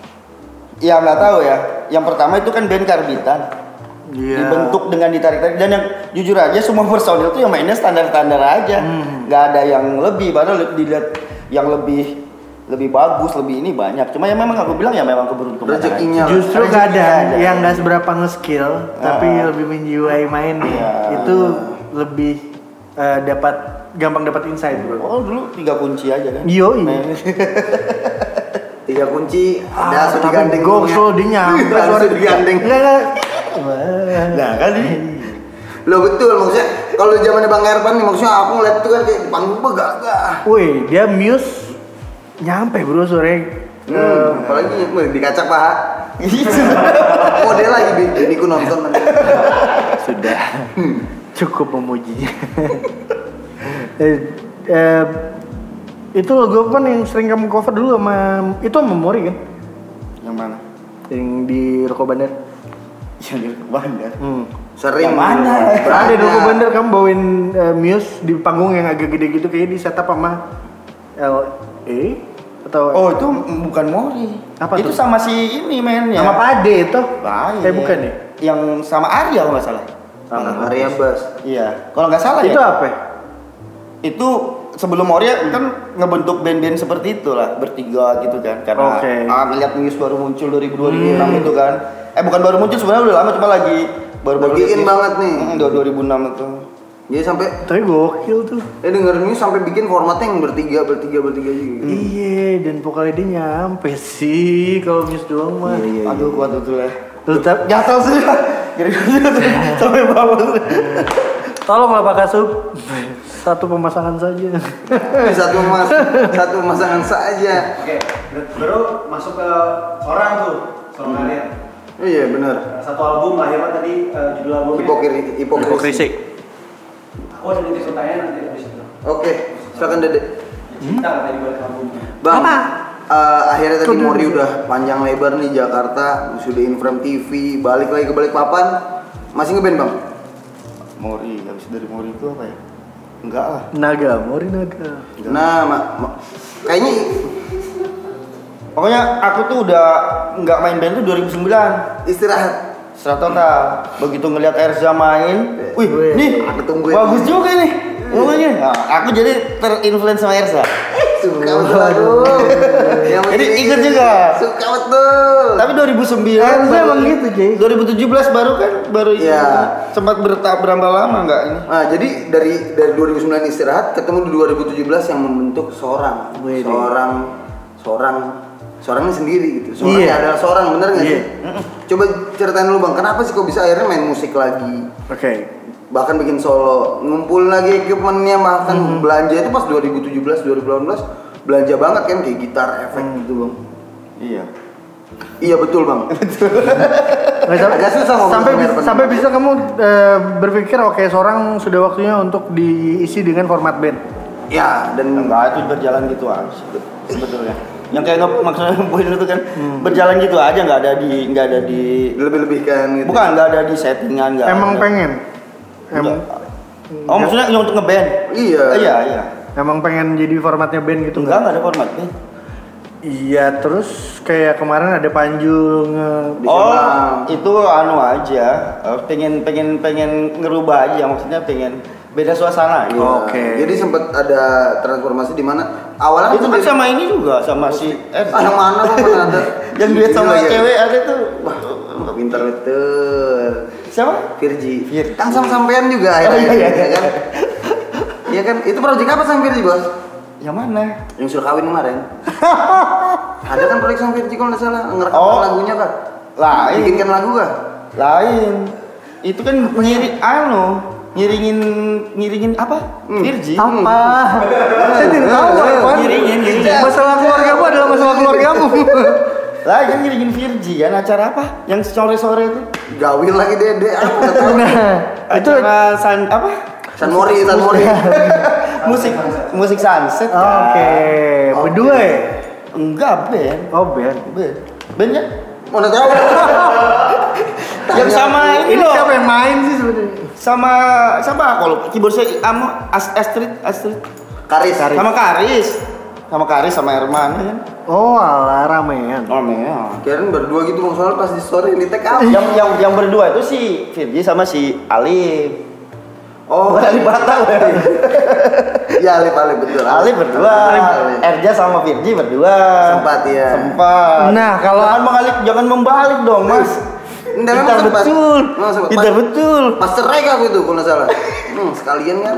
Ya nggak tahu ya. Yang pertama itu kan band Karbitan. Iya. Dibentuk dengan ditarik-tarik dan yang jujur aja semua personil itu yang mainnya standar-standar aja. Nggak ada yang lebih padahal dilihat yang lebih lebih bagus, lebih ini banyak. Cuma ya memang aku bilang ya memang keberuntungan. Rezekinya. aja. Justru Rezekinya kadang aja. yang nggak seberapa nge-skill tapi Ah. lebih menjiwai main Iya. itu lebih eh, dapat gampang dapat insight, Bro. Oh dulu tiga kunci aja kan? Yo, Main. Tiga kunci. Ah, Dah sudah tapi digandeng. gokso dia nyampe Dah suara sudah digandeng. Enggak, enggak. Wah. Nah kan ini. Lo betul maksudnya kalau zamannya Bang Ervan nih maksudnya aku ngeliat tuh kan kayak di panggung begagah. Wih, dia Muse nyampe, Bro, sore. Hmm, apalagi wih, dikacak paha. Gitu. Oh dia lagi ini ku nonton nanti. Sudah. Cukup memujinya. eh, eh, itu lagu apa nih yang sering kamu cover dulu sama itu sama Mori kan? Yang mana? Yang di Rokok Bandar. Yang di Bandar. Hmm. Sering. Yang mana? Ada di Rokok Bandar kamu bawain eh, Muse di panggung yang agak gede gitu kayaknya di setup sama L E atau Oh itu bukan Mori. Apa itu tuh? sama si ini men ya. sama Pade itu? Lain. Eh bukan ya? Yang sama Arya kalau nggak salah. Arya Bass. Iya. Kalau nggak salah Itu ya. apa? Itu sebelum Moria kan ngebentuk band-band seperti itu lah bertiga gitu kan karena Oke. ah, ngeliat Muse baru muncul dua ribu enam hmm. itu kan eh bukan baru muncul sebenarnya udah lama cuma lagi baru-baru Lagi in banget nih. hmm, dua ribu enam itu Jadi sampai Tapi gokil tuh. eh dengerin Muse sampai bikin formatnya yang bertiga bertiga bertiga juga. Iya, dan vokalnya dia nyampe sih kalau Muse doang mah. Iya, iya. aduh kuat betul ya Tetap jatuh sih sampai bawah tolonglah Pak Kasub. Satu pemasangan saja. satu mas satu pemasangan saja. Oke, baru masuk ke orang tuh, solo kalian. Iya benar. Satu album lahirnya tadi uh, judul albumnya. Hipokri hipokrisi. Hipokrisi. Aku ada nanti ceritanya nanti habis itu. Oke, silakan Dede. Cerita hmm? tadi balik albumnya. Bang, Apa? eh, akhirnya tadi Kode Mori bisa. udah panjang lebar nih Jakarta, sudah Inframe T V, balik lagi ke Balikpapan. Masih ngeband Bang? Mori habis dari Mori itu apa ya enggak lah Naga, Mori Naga. Nah, ma- ma- kayaknya pokoknya aku tuh udah nggak main band tuh dua ribu sembilan istirahat. secara total begitu ngelihat Erza main wih Wih, nih aku tungguin. bagus juga nih ngomongnya nah, aku jadi terinfluence sama Erza Suka betul aku. Yang Jadi penting ikut juga. Suka betul. tapi dua ribu sembilan Erza baru- emang gitu, Jay. dua ribu tujuh belas baru kan baru Iya. sempat bertahap berambah lama nggak ini Nah, jadi dari dari dua ribu sembilan istirahat ketemu di dua ribu tujuh belas yang membentuk seorang, Wih, seorang, seorang, seorangnya sendiri gitu. Seorangnya Iya. adalah seorang, bener nggak Iya. sih? Coba ceritain dulu Bang, kenapa sih kok bisa akhirnya main musik lagi? Oke. Bahkan bikin solo, ngumpul lagi equipmentnya, bahkan Hmm. belanja itu pas dua ribu tujuh belas, dua ribu delapan belas belanja banget kan kayak gitar, efek Hmm. gitu Bang. iya Iya betul Bang. Nggak, sampai, Agak susah ngomong sampai, sama bis- Ervan. sampai bisa kamu eh, berpikir oke seorang sudah waktunya untuk diisi dengan format band. Ya dan enggak itu berjalan gitu aja sebetulnya yang kayak nggak maksudnya poin itu kan berjalan gitu aja nggak ada di nggak ada di lebih-lebihkan gitu. bukan nggak ada di settingan nggak Emang ada. pengen. Emang oh maksudnya yang untuk ngeband Iya. iya iya emang pengen jadi formatnya band gitu enggak nggak ada format band Iya, terus kayak kemarin ada Panjul nge Di oh sana. itu anu aja eh, pengen pengen pengen ngerubah aja maksudnya pengen beda suasana gitu. Iya. Oke. Jadi sempat ada transformasi di mana awalnya itu kan sama ini juga sama si Erza. ah, yang mana Bang mana ada yang duet sama Gila, ya. cewek ada tuh Wah, pintar betul. siapa Virgi. Virgi. Kan sama sampean juga Oh, iya, iya. ya kan? Iya kan? Itu proyek apa sama Virgi, Bos? yang mana Yang sudah kawin kemarin. Ada kan proyek sama Virgi kalau nggak salah, ngerekam Oh. lagunya kan? lain Bikinkan lagu kah? lain itu kan ngiri anu ngiringin ngiringin apa Hmm. Virgi apa? Saya tidak tahu apa. Ngiringin, ngiringin. Masalah keluargamu adalah masalah keluargamu. lah kan ngiringin Virgi kan acara apa yang sore sore itu Gawil lagi Dede, aku nggak tahu. Nah, itu acara san apa San Mori, San Mori. musik musik sunset oke. kan? Berdua ya? enggak band Oh, band. band band ya Mana tahu? yang sama ini, Ini loh siapa yang main sih sebenarnya? sama siapa kalau keyboard saya amo As- Astrid Astrid Karis. sama Karis sama Karis sama Herman ya kan Oh, ala ramean. oh memang Kirain berdua gitu Bang, soalnya pas di story di tag out. yang yang yang berdua itu si Virgi sama si Alif Oh, bukan Alif Batak iya Alif Alif betul. Alif berdua Alif. Erja sama Virgi berdua Sempat, ya. sempat Nah, kalau- jangan membalik jangan membalik dong mas Nggak, memang pintar sempat. betul Memang sempat. pintar Pas- betul Pas cerai aku itu kalau nggak salah. Hmm, sekalian kan.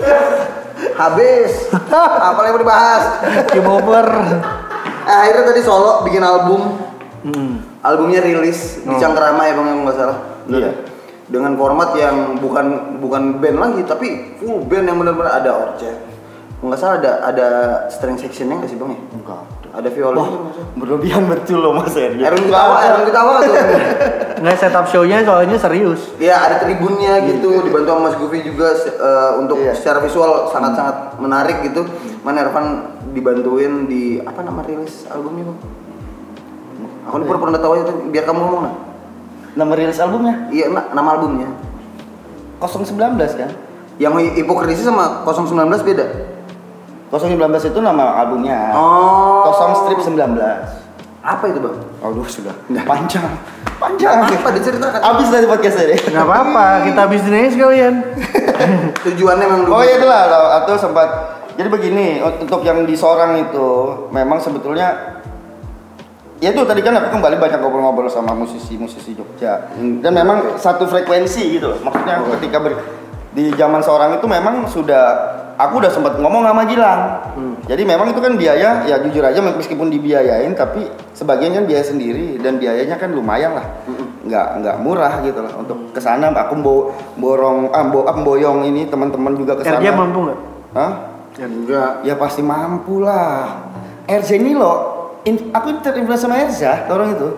Habis. Apa yang mau dibahas? Game over. Eh, akhirnya tadi solo bikin album. Hmm. Albumnya rilis di Oh. Cangkrama ya Bang, yang nggak salah. Iya. Dengan format yang bukan bukan band lagi tapi full band yang benar-benar ada orceh. Kalau nggak salah ada ada string sectionnya nggak sih Bang ya? enggak Ada viola. wah berlebihan betul loh mas Erja Erwin ketawa, Erwin ketawa tuh. Nggak setup show-nya soalnya serius. Ya ada tribunnya gitu, dibantu sama Mas Gufi juga eh, untuk Iya. secara visual sangat-sangat menarik gitu. Mana Ervan dibantuin di apa nama rilis albumnya Bang? Aku ini pernah tahu aja tuh, biar kamu ngomong lah. nama rilis albumnya Iya, na- nama albumnya. nol satu sembilan kan Yang Hipokrisi sama nol sembilan belas beda. nol satu sembilan itu nama albumnya. Oh. Kosong strip sembilan belas. Apa itu bang? Aduh sudah panjang. Panjang. Apa diceritakan? Abis dari podcast ini. Nggak apa-apa, kita habisin aja sekalian. Tujuannya memang Oh iya itulah atau sempat. Jadi begini, untuk yang di Sorang itu memang sebetulnya ya itu tadi kan aku kembali banyak ngobrol-ngobrol sama musisi-musisi Jogja. Dan memang satu frekuensi gitu. Maksudnya ketika ber, di zaman Sorang itu memang sudah aku udah sempat ngomong sama Gilang. Hmm. Jadi memang itu kan biaya ya jujur aja meskipun dibiayain tapi sebagian kan biaya sendiri dan biayanya kan lumayan lah. Hmm. Nggak nggak murah gitu lah untuk kesana aku bo, borong ah bo, ah, boyong ini teman-teman juga kesana. R J mampu nggak? Hah? Ya enggak. Ya pasti mampu lah. R J ini loh, in, aku terinfluence sama Erza, orang itu.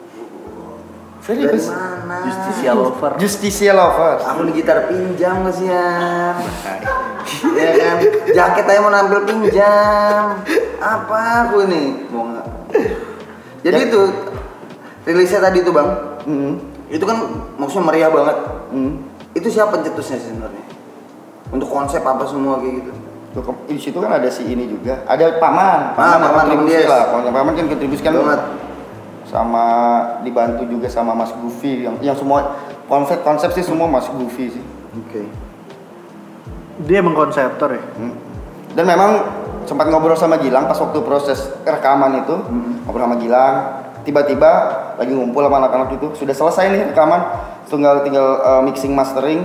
Serius? Mana? Justisia Lover. Justisia Lovers. Aku nih gitar pinjam kasihan. Ya kan, jaket aja mau nampil pinjam. Apa aku nih? Mau nggak? Jadi Ya. itu rilisnya tadi tuh bang. Hmm. Itu kan maksudnya meriah banget. Hmm. Itu siapa pencetusnya sih sebenarnya? Untuk konsep apa semua kayak gitu? Tuh, ke- di situ kan ada si ini juga. Ada Paman. Ah, yang Paman, kontribusi yes. lah. Paman Paman kan kontribusi kan Banget. sama dibantu juga sama Mas Goofy yang yang semua konsep konsep sih semua Mas Goofy sih. Oke. Dia emang konseptor ya. Hmm. Dan memang sempat ngobrol sama Gilang pas waktu proses rekaman itu, Hmm. ngobrol sama Gilang, tiba-tiba lagi ngumpul sama anak-anak itu, sudah selesai nih rekaman, tinggal tinggal uh, mixing mastering,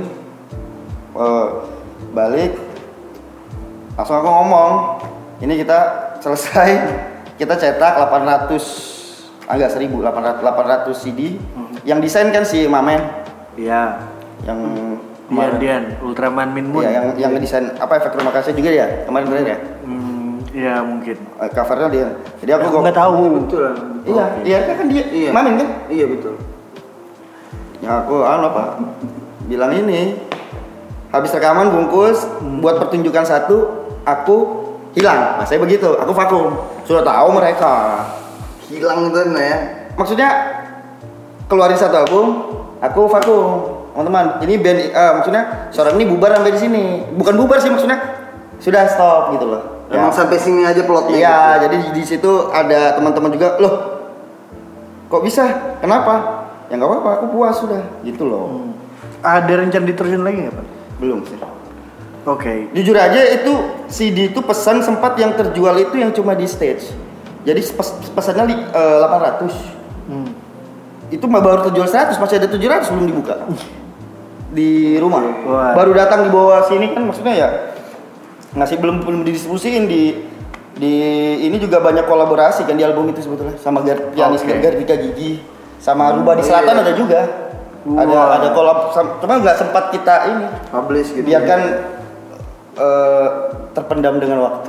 uh, balik, langsung aku ngomong, ini kita selesai, kita cetak delapan ratus, enggak seribu, delapan ratus C D, Hmm. yang desain kan si Mamen, Iya. yang Dian Dian, Ultraman Min Moon. Iya, yang yang ngedesain apa efek rumah kaca juga ya kemarin terakhir ya. Hmm, iya mungkin. Uh, covernya dia. Jadi aku Aku go- nggak tahu. Betul. Iya, iya kan dia. Iya. Mamin kan? Iya betul. Ya aku anu apa? Bilang ini. Habis rekaman bungkus buat pertunjukan satu, aku hilang. Nah, saya begitu, aku vakum. Sudah tahu mereka. Hilang itu nah ya. Maksudnya keluarin satu album, aku vakum. Teman-teman, ini band uh, maksudnya seorang ini bubar sampai di sini. Bukan bubar sih maksudnya. Sudah stop gitu loh. Emang Ya. sampai sini aja plotnya. Iya, gitu. jadi di situ ada teman-teman juga, loh, kok bisa? Kenapa? Ya nggak apa-apa, aku puas sudah, gitu loh. Hmm. Ada rencana diterusin lagi nggak Pak? Belum sih. Oke. Jujur aja itu C D itu pesan sempat yang terjual itu yang cuma di stage. Jadi pes- pesannya li- eh, delapan ratus. Hmm. Itu mah baru terjual seratus, masih ada tujuh ratus belum dibuka. Di rumah. Wah. Baru datang di bawah sini kan maksudnya ya ngasih belum belum didistribusiin di di ini juga banyak kolaborasi kan di album itu sebetulnya sama Gar, pianis Oke. Gardika Gigi sama Ruba di Selatan ada juga. Ada Wah. ada kolab sam- cuma nggak sempat kita ini Publish gitu. biarkan eh, terpendam dengan waktu.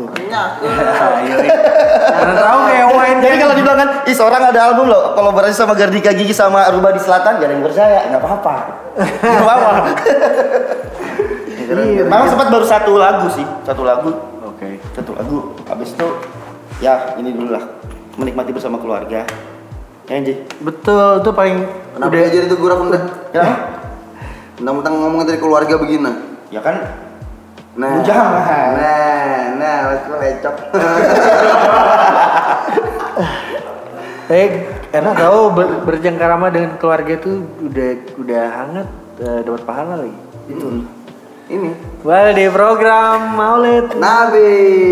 Karena tahu kayak wine. Jadi kalau dibilang kan, ih seorang ada album loh kolaborasi sama Gardika Gigi sama Ruba di Selatan, gak ada yang percaya, nggak apa-apa, nggak apa-apa. Iya. Memang sempat baru satu lagu sih, satu lagu, Oke. satu lagu. Habis itu, ya ini dulu lah, menikmati bersama keluarga. Ya Anji. Betul, itu paling Kenapa udah dia jadi tegur aku udah? Kenapa? Mentang-mentang ngomong dari keluarga begini. Ya kan, Nah, jangan. Nah, nah, aku lecok. Eh, enak tahu ber- bercengkarama dengan keluarga itu udah udah hangat, eh, dapat pahala lagi. Itu. Ini Well, di program Maulid. Nabi.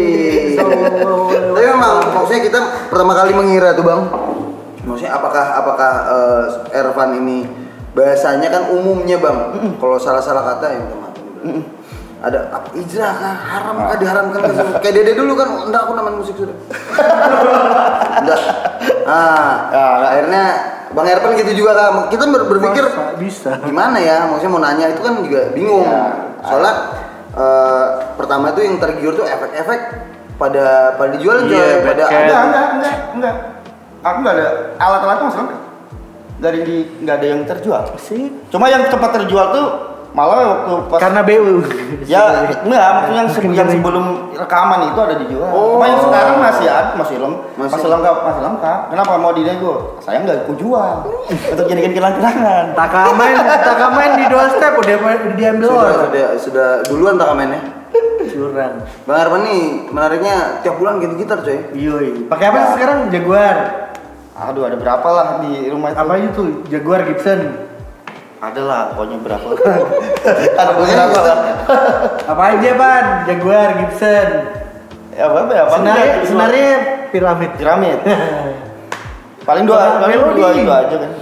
Tapi memang maksudnya kita pertama kali mengira tuh bang. Maksudnya apakah apakah uh, Ervan ini bahasanya kan umumnya bang. Kalau salah-salah kata ya minta maaf. Ada apa ijrah kah haram kah diharamkan kah? Kayak Dede dulu kan enggak aku namain musik sudah. Enggak. Ah, akhirnya Bang Ervan gitu juga kan. Kita ber- berpikir Masa bisa. gimana ya, maksudnya mau nanya itu kan juga bingung. Ya. Soalnya eh, pertama itu yang tergiur tuh efek-efek pada pada dijual coy, Iya, pada Batcat. ada Enggak, enggak, enggak, enggak. Aku enggak ada alat-alatnya masih lengkap. Dari di enggak ada yang terjual. Sih. Cuma yang tempat terjual tuh malah waktu pas Karena B U. ya enggak, maksudnya yang, se- yang sebelum rekaman itu ada dijual. Oh. Cuma yang sekarang masih ada, masih leng, Masih. masih, lengkap, masih lengkap. Kenapa mau dinego? Saya enggak aku jual untuk jadikan kenang-kenangan. Takaman, takaman di dua step udah udah diambil sudah, orang. sudah sudah duluan tak mainnya. curang. Bang Arman nih menariknya tiap bulan ganti gitar coy. Iya. Pakai apa sih sekarang? Jaguar. Aduh, ada berapa lah di rumah itu? Apa itu? Jaguar Gibson. Ada lah, pokoknya berapa. Ada beberapa lah. Apa aja, Pan? Jaguar Gibson. Ya apa ya? Senarnya, senarnya piramid. Piramid. Paling dua, paling dua itu aja kan.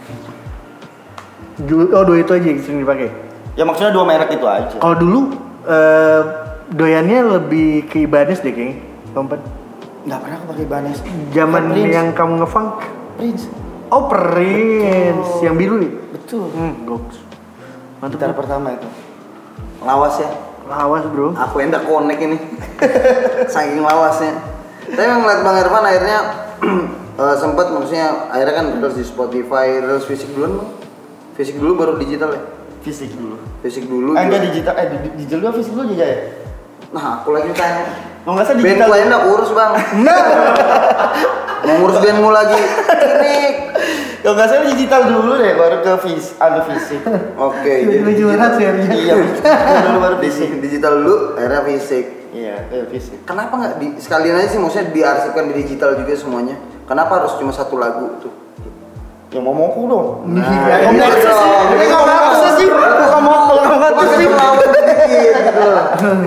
Du- Oh, dua itu aja yang sering dipakai. Ya maksudnya dua merek itu aja. Kalau dulu eh, doyannya lebih ke Ibanez deh kayaknya. Kompen. Nggak pernah aku pakai Ibanez. Zaman Prince. yang kamu ngefunk. Prince. Oh, Prince yang biru ya? Betul. Hmm, goks. Mantap. Gitar bro. pertama itu. Lawas ya. Lawas, Bro. Aku yang udah connect ini. Saking lawasnya. Tapi yang ngeliat Bang Irfan akhirnya uh, sempat maksudnya akhirnya kan terus di Spotify, terus fisik dulu Bang. Fisik dulu baru digital ya? Fisik dulu. Fisik dulu. Eh, enggak juga. digital, eh di- digital dulu fisik dulu aja ya? Nah, aku lagi tanya. Mau nggak salah Band digital. lain udah kurus Bang. Mau ngurus bandmu lagi. Ini. Kalau nggak salah digital dulu deh, baru ke fis, anu fisik. Oke. Tiba-tiba jadi curhat digital. sih harusnya. Iya, digital dulu baru fisik. Fisik digital dulu, akhirnya fisik. Iya, eh, fisik. Kenapa nggak di sekalian aja sih maksudnya diarsipkan di digital juga semuanya? Kenapa harus cuma satu lagu tuh? Ya mau mau dong. Nah, Kamu iya akses sih, dong. ini kamu akses sih. Kamu kamu akses sih. Lawan dikit gitu loh.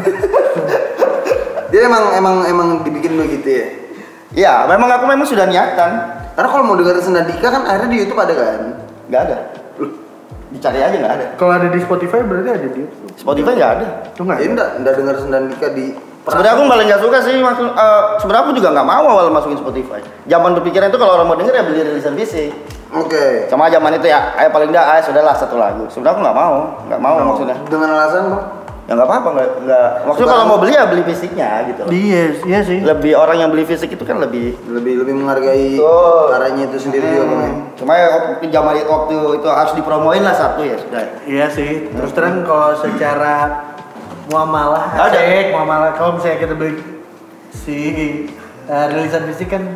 Dia emang emang emang dibikin begitu ya. Ya, memang aku memang sudah niatan. Karena kalau mau dengerin Senandika kan akhirnya di YouTube ada kan? Nggak ada. Dicari aja nggak ada. Kalau ada di Spotify berarti ada di YouTube. Spotify nggak ada. Tuh nggak? Ya enggak, enggak denger Senandika di Sebenarnya aku malah nggak suka sih, maksud, eh, sebenarnya aku juga nggak mau awal masukin Spotify. Zaman berpikiran itu kalau orang mau denger ya beli rilisan fisik. Oke. Sama zaman itu ya, ayo paling enggak, ayo sudahlah satu lagu. Sebenarnya aku nggak mau, nggak mau maksudnya. Dengan alasan Bang? Ya nggak apa-apa, nggak, nggak. Maksudnya kalau mau beli ya beli fisiknya gitu loh. Iya, iya sih. Lebih orang yang beli fisik itu kan lebih. Lebih lebih menghargai Betul. caranya itu sendiri juga Bang. ya. Cuma ya waktu zaman itu waktu itu harus dipromoin lah satu ya sudah. Iya sih. Terus terang kalau secara muamalah, Ada. asik, muamalah kalau misalnya kita beli si eh, rilisan fisik kan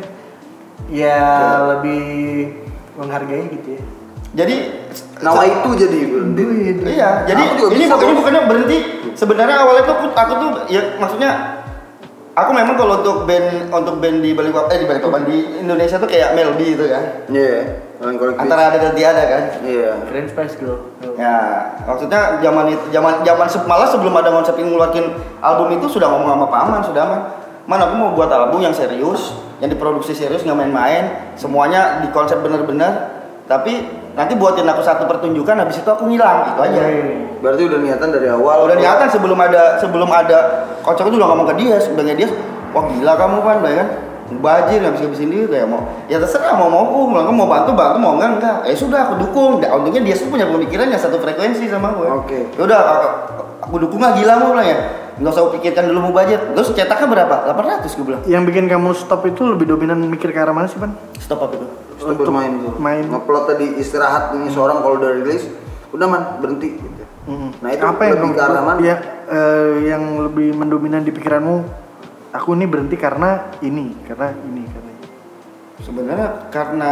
ya lebih menghargai gitu ya. Jadi Nawa itu jadi Duit. iya, jadi Aku juga ini bisa, bukan ini Bos. bukannya berhenti. Sebenarnya awalnya tuh aku, aku tuh ya maksudnya aku memang kalau untuk band untuk band di Balikpapan eh di Balikpapan di Indonesia tuh kayak Melby itu kan. Iya, orang kolektif. Antara ada dan tiada kan. Iya. Keren Spice Girl. Ya, maksudnya zaman itu zaman zaman se- malah sebelum ada konsep yang ngeluarin album itu sudah ngomong sama Pak Aman, sudah Aman. Man, aku mau buat album yang serius, yang diproduksi serius, nggak main-main, semuanya dikonsep bener-bener. Tapi nanti buatin aku satu pertunjukan, habis itu aku ngilang, itu aja. Berarti udah niatan dari awal. Udah niatan sebelum ada sebelum ada konsep itu udah ngomong ke dia, sebagai dia, wah gila kamu kan, ya kan? Bajir nggak bisa habisin diri kayak mau ya terserah mau mau aku bilang mau bantu bantu mau enggak enggak eh sudah aku dukung nah, untungnya dia tuh punya pemikiran yang satu frekuensi sama gue. Oke. Ya udah aku, aku dukung lah gila mau bilang ya nggak usah aku pikirkan dulu mau budget terus cetaknya berapa delapan ratus gue bilang. Yang bikin kamu stop itu lebih dominan mikir ke arah mana sih, Pan? Stop apa itu Stop Untuk bermain tuh. main. Ngeplot tadi istirahat ini seorang kalau udah rilis, udah man berhenti gitu. Mm-mm. Nah itu apa yang lebih kamu- ke arah mana? ya, eh, yang lebih mendominan di pikiranmu? Aku ini berhenti karena ini, karena ini, karena ini. sebenarnya karena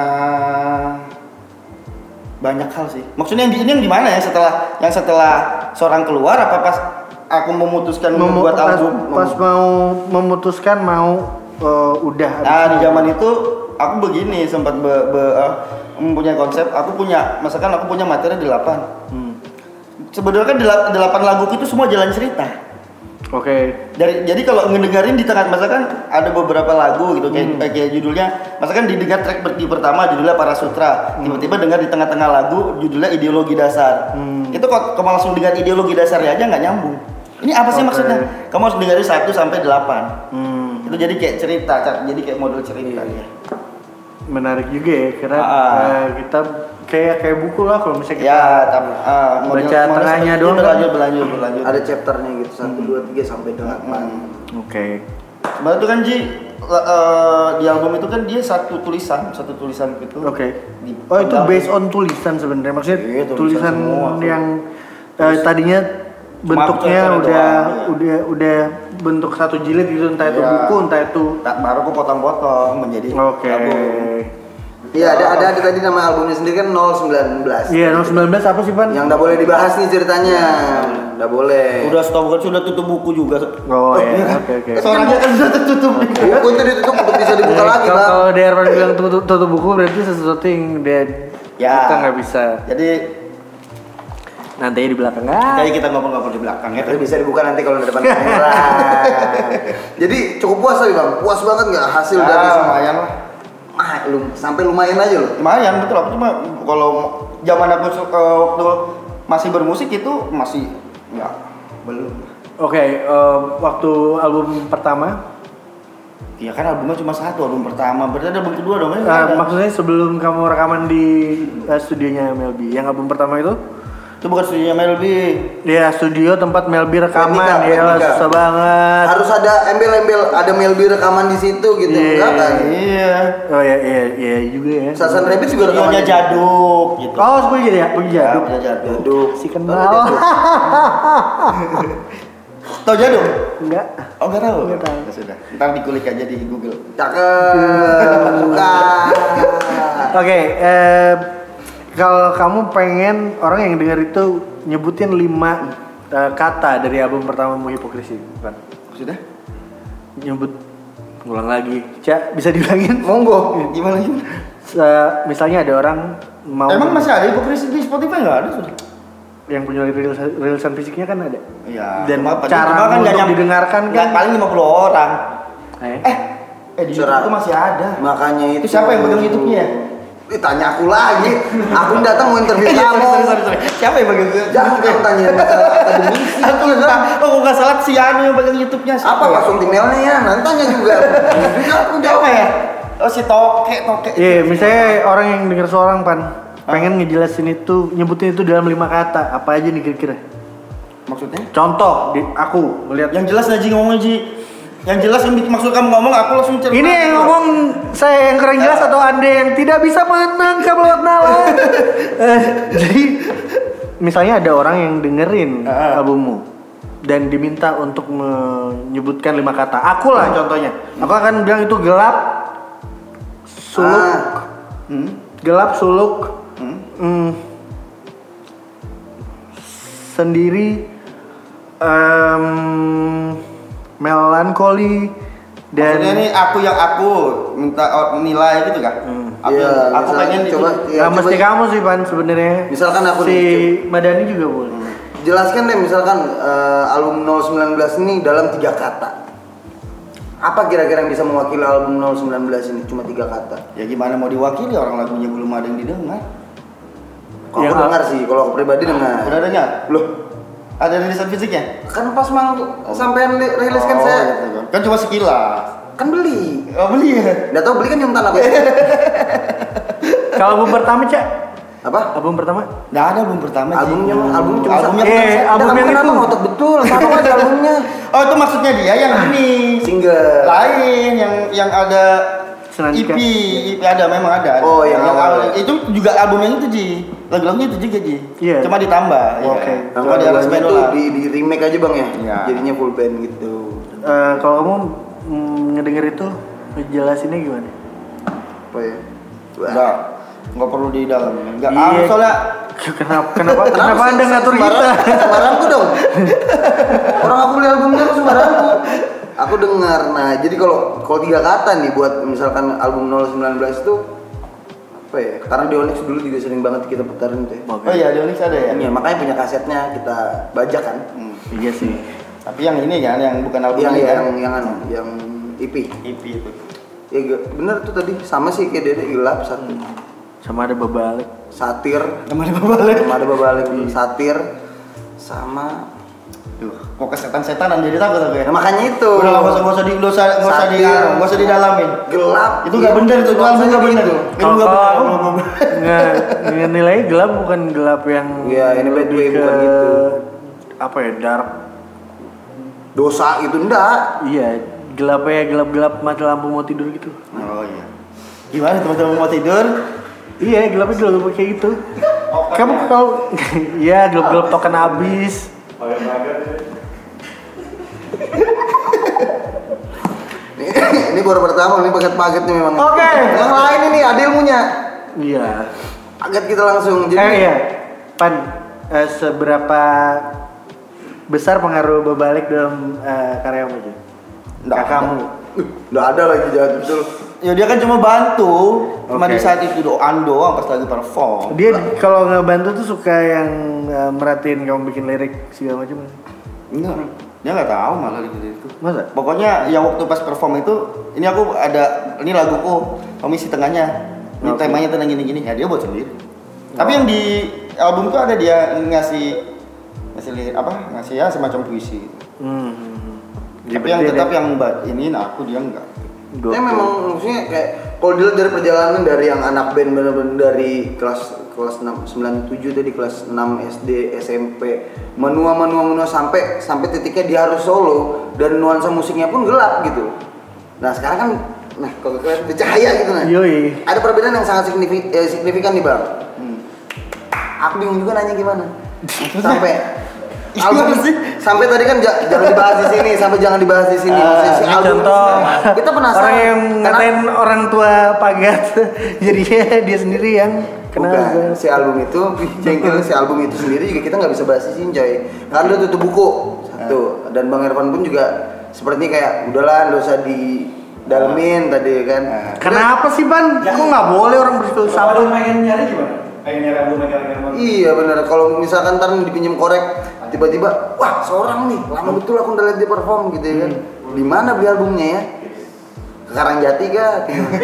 banyak hal sih maksudnya yang di, ini yang gimana ya setelah yang setelah seorang keluar apa pas aku memutuskan Memu- membuat pas, album pas mau memutuskan mau eh, udah. Nah di zaman itu aku begini sempat be, be- eh, mempunyai konsep. Aku punya, misalkan aku punya materi delapan. Hmm. Sebenarnya kan dela- delapan lagu itu semua jalan cerita. Oke. Dari jadi kalau ngedengerin di tengah, misalkan ada beberapa lagu gitu kayak, Hmm. kayak judulnya, misalkan didengar track ber- di pertama judulnya Para Sutra, tiba-tiba dengar di tengah-tengah lagu judulnya Ideologi Dasar. Hmm. Itu kok kamu langsung dengar ideologi dasarnya aja nggak nyambung. Ini apa sih Oke. maksudnya? Kamu harus dengerin satu sampai delapan. Hmm. Itu jadi kayak cerita, Cak. Jadi kayak model cerita ya. Menarik juga ya, karena Ah. eh, kita kayak kayak buku lah kalau misalnya kita Ya, tapi uh, baca tengahnya doang kan? berlanjut, berlanjut, berlanjut. Ada chapternya gitu satu dua tiga sampai delapan. Oke. Sebenarnya itu kan Ji, la- eh, di album itu kan dia satu tulisan, satu tulisan gitu. Oke. Di- Oh itu di- based on tulisan sebenarnya, maksudnya Iya, tulisan tulisan semua. yang eh, tadinya bentuknya Cuma aku udah doang, iya. udah udah bentuk satu jilid gitu, entah itu Iya. buku entah itu. Tak baru aku potong-potong menjadi Oke. album. Iya ada ada ada tadi nama albumnya sendiri kan nol satu sembilan. Iya, nol sembilan belas apa sih, Pan? Yang udah boleh dibahas nih ceritanya. Nggak boleh. Udah stop kan sudah tutup buku juga. Oh, iya, oke oke. Soalnya kan sudah tertutup. Buku itu ditutup untuk bisa dibuka Eh, lagi kalau bang. kalau dia Ervan bilang tutup, tutup buku berarti sesuatu yang dia Ya. kita nggak bisa. Jadi Nanti di belakang ah. jadi kita ngobrol-ngobrol di belakang ya. Tapi bisa dibuka nanti kalau di depan kamera. Jadi cukup puas tadi bang. Puas banget nggak hasil Ah, dari semua? lumayan lah. Ah, lum, sampai lumayan aja loh. Lumayan betul aku cuma kalau zaman aku su- eh, waktu masih bermusik itu masih enggak belum. Oke, eh, waktu album pertama, Iya kan albumnya cuma satu, album pertama. Berarti ada album kedua dong ya? eh, Nggak ada. maksudnya sebelum kamu rekaman di eh, studionya Melby, yang album pertama itu? Itu bukan studionya Melby. Ya studio tempat Melby rekaman, Teknika, ya teknika. susah banget. Harus ada embel-embel, ada Melby rekaman di situ gitu, Iya. enggak kan? Iya. Oh ya, iya, iya juga ya. Sasan Rabbit juga Studionya rekaman. Jaduk gitu. Oh, seperti jadi ya, pergi Ya, jaduk. punya Jaduk. Aduh, Si kenal. Tahu Jaduk? Enggak. Oh enggak tahu. Nggak tahu. Ya sudah. Ntar dikulik aja di Google. Cakep, suka. Oke, eh, kalau kamu pengen orang yang dengar itu nyebutin lima eh, kata dari album pertamamu Hipokrisi, kan? Sudah? Nyebut, ngulang lagi. Cak, bisa diulangin? Monggo. Gimana gimana? Se- misalnya ada orang mau Emang masih ada hipokrisi di Spotify nggak ada sudah? yang punya reels, reelsan fisiknya kan ada. Iya. Dan cuma- cara cuma untuk nggak nyam- didengarkan nggak, kan- paling lima puluh orang. Eh, Eh, eh di YouTube Surat. itu masih ada. Makanya itu. Itu siapa yang pegang YouTube-nya? Ih, tanya aku lagi. Aku datang mau interview Iya, kamu. sorry, sorry, sorry. Siapa yang pegang YouTube? Jangan kamu tanya masalah akademisi. Aku lupa. Oh, nggak salah si Anu yang pegang YouTube-nya. Siapa Apa ya? password emailnya ya? Nanti tanya juga. Juga aku Siapa jawab. ya? Oh si Toke, Toke. iya, misalnya orang yang dengar seorang pan pengen ngejelasin itu, nyebutin itu dalam lima kata, apa aja nih kira-kira? Maksudnya? Contoh, di, aku melihat Yang jelas Naji ngomong Ji. Yang jelas yang maksud kamu ngomong aku langsung cerita. ini yang ngomong saya yang kurang jelas atau anda yang tidak bisa menangkap lewat nalar. Eh, jadi misalnya ada orang yang dengerin Ah. albummu dan diminta untuk menyebutkan lima kata. Aku lah contohnya. Aku akan bilang itu gelap, suluk, Ah. Hmm? gelap, suluk, Hmm? hmm, sendiri, em, melankoli, dan Maksudnya ini aku yang aku minta oh, nilai gitu kan? Aku, Iya, aku misalnya pengen coba, itu. iya, nggak mesti coba- kamu sih pan sebenarnya. Misalkan aku si nih, Madani juga boleh. Jelaskan deh misalkan eh, album nol sembilan belas ini dalam tiga kata. Apa kira-kira yang bisa mewakili album nol sembilan belas ini? Cuma tiga kata. Ya gimana mau diwakili orang lagunya belum ada yang didengar. Kalau Yang aku dengar sih, kalau aku pribadi dengar. Udah dengar? Loh, Ada rilisan fisiknya? kan pas mang sampean li- rilis kan Oh, saya gitu kan. Kan cuma sekilas. kan beli. Oh beli ya? Nggak tahu beli kan nyuntan apa? Kalau album pertama cak, Apa? album pertama. Nggak ada album pertama Ji. Albumnya albumnya cuma Albumnya satu. Eh, Dah, album kamu yang kenapa itu. ngotot betul? Satu aja albumnya. Oh itu maksudnya dia yang ini. Single. Lain yang yang ada Senandika. E P, E P ada memang ada. ada. Oh, yang awal. awal. Itu juga album yang itu Ji. Lagu-lagunya itu juga Ji. Iya. Cuma ditambah. Oke. Ya. Yang Cuma di aransemen itu doang. di, di remake aja bang ya. Iya. Jadinya full band gitu. Eh, kalau kamu mm, ngedenger itu, ngejelasinnya gimana? Apa ya? Wah. Enggak. Enggak perlu di dalam. Enggak. Iya. Ah, soalnya Kenapa? Kenapa? Kenapa sih? anda ngatur kita? Sembarang- Sembarangku dong. Orang aku beli albumnya aku sembarangku. Aku dengar. Nah, jadi kalau kalau tiga kata nih buat misalkan album nol sembilan belas itu apa ya? Karena di Onyx dulu juga sering banget kita putarin tuh. Ya. oh iya, di Onyx ada ya. Iya, makanya punya kasetnya kita bajak kan. Hmm. Iya sih. Tapi yang ini kan yang bukan album Yang ini yang kan. yang anu, yang E P. E P itu. Ya ge- bener tuh tadi sama sih kayak Dede gelap satu. Sama ada bebalik. Satir. Sama ada balik. Sama ada bebalik satir sama Duh, kok kesetan-setanan jadi takut aku ya. nah, makanya itu. Udah nggak usah nggak usah di nggak usah nggak usah di Satir. nggak usah didalamin. Gelap. Itu nggak bener itu, itu album nggak bener. Itu Kalau nggak kalau aku bener. nge- ngenilai gelap bukan gelap yang Iya, ini bad lebih way, ke bukan gitu. apa ya, dark. Dosa itu enggak. Iya, gelapnya gelap-gelap mati lampu mau tidur gitu. Oh iya. Gimana teman-teman mau tidur? Iya, gelapnya gelap kayak gitu. Kamu kalau iya gelap-gelap token habis. Ini baru pertama, ini paket-paket nih memang. Oke. Yang lain ini ada ilmunya. Iya. Paket kita langsung. Jadi Eh iya, Pan, eh, seberapa besar pengaruh berbalik dalam uh, karyamu aja? Kakakmu? Nggak ada lagi jahat betul. Ya dia kan cuma bantu, cuma Oke. di saat itu doang doang pas lagi perform. Dia kalau ngebantu tuh suka yang uh, merhatiin kamu bikin lirik segala macam. Enggak, dia nggak tahu malah gitu itu. Masa? Pokoknya yang waktu pas perform itu, ini aku ada, ini laguku, komisi tengahnya, ini Oke. temanya tentang gini-gini, ya dia buat sendiri. Tapi yang di album tuh ada dia ngasih ngasih lirik apa, ngasih ya semacam puisi. Hmm. Tapi yang tetap yang mbak ini aku dia enggak. Tapi memang maksudnya kayak kalau dilihat dari perjalanan dari yang anak band bener-bener dari kelas kelas enam sembilan tujuh tadi kelas enam S D S M P menua menua menua sampai sampai titiknya dia harus solo dan nuansa musiknya pun gelap gitu. Nah sekarang kan nah kalau kalian bercahaya gitu nah. Yoi. Ada perbedaan yang sangat signifikan, eh, signifikan nih bang. Hmm. Aku bingung juga nanya gimana. Sampai Gimana album sih? sampai tadi kan j- jangan dibahas di sini, sampai jangan dibahas di sini. Maksudnya si Ini album contoh kita penasaran. orang yang Kenapa- ngatain orang tua pagat, jadinya dia sendiri yang kena. Bukan, si album itu jengkel si album itu sendiri juga kita nggak bisa bahas di sini coy. Karena udah tutup buku satu dan Bang Irfan pun juga sepertinya kayak udahlah nggak usah didalemin tadi kan. Kenapa sih Ban? Kok nggak boleh orang berfilsafat? Kalau pengen nyari gimana? Pengen nyari album Megal Herman. Iya benar. Kalau misalkan ntar dipinjam korek tiba-tiba wah seorang nih lama betul aku udah lihat dia perform gitu ya kan. Di mana beli albumnya ya? Ke Karangjati kah?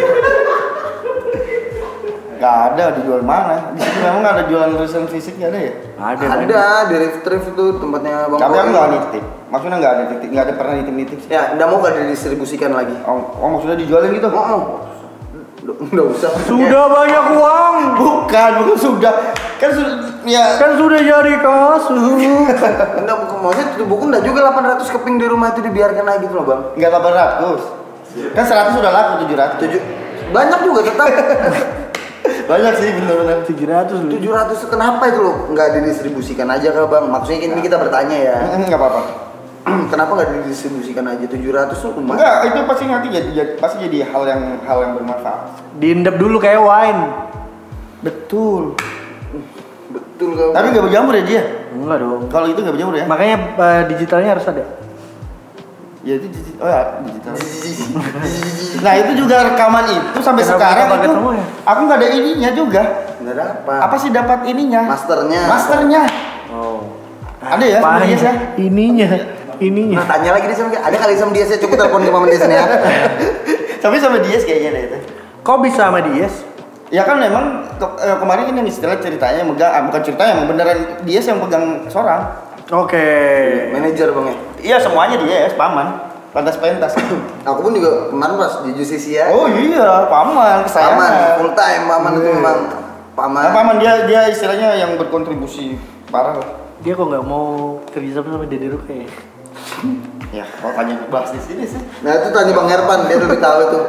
Nggak ada, dijual mana? Di situ memang nggak ada jualan tulisan fisik nggak ada ya? Ada. Ada di Rift Rift itu tempatnya Bang Tapi aku Kori. nggak nitip. Maksudnya nggak ada nitip, nggak ada pernah nitip-nitip. Ya, nggak mau gak didistribusikan lagi. Oh, oh maksudnya dijualin gitu? Oh, oh. Nggak usah. Sudah banyak uang, Bukan, bukan sudah. Kan sudah, ya. kan sudah jadi kasus. Enggak, bukan maksudnya tutup buku enggak juga delapan ratus keping di rumah itu dibiarkan lagi gitu loh, Bang. Nggak delapan ratus. Kan seratus sudah laku, tujuh ratus. Tujuh banyak juga tetap. Banyak sih bener-bener. tujuh ratus loh. tujuh ratus itu kenapa itu loh nggak didistribusikan aja ke Bang? Maksudnya ini kita bertanya ya. Nggak apa-apa. Kenapa nggak didistribusikan aja tujuh ratus tuh lumayan. Enggak, itu pasti nanti jadi, jadi pasti jadi hal yang hal yang bermanfaat. Diindep dulu kayak wine. Betul. Betul kan? Tapi nggak berjamur ya dia. Enggak dong. Kalau itu nggak berjamur ya? Makanya uh, digitalnya harus ada. Ya itu digital. Oh ya digital. Nah itu juga rekaman itu sampai Kenapa sekarang kita pakai itu semua ya? aku nggak ada ininya juga. Nggak dapat. Apa sih dapat ininya? Masternya. Masternya. Oh. Ada ya? Apaan Sama Dias ya? Ininya, ininya. Nah, tanya lagi di sana. Ada kali sama dia saya coba telepon ke Mama Dias nih ya. Tapi sama Dias kayaknya deh itu. Kok bisa sama Dias? Ya kan memang ke- eh, kemarin kan yang istilah ceritanya megang, ah, bukan ceritanya, emang beneran Dias yang pegang seorang. Oke. Manajer Bang ya. Iya semuanya Dias, paman. Pantas pentas. Aku pun juga kemarin pas di Jusisi ya. Oh iya, paman kesayangan. Paman full time, paman itu Iya. memang paman. Nah, paman dia dia istilahnya yang berkontribusi parah lah. Dia kok nggak mau kerja sama sama Dede Ruke ya? Ya, kalau tanya bahas di sini sih. Nah itu tanya Bang Irfan, dia lebih tahu itu.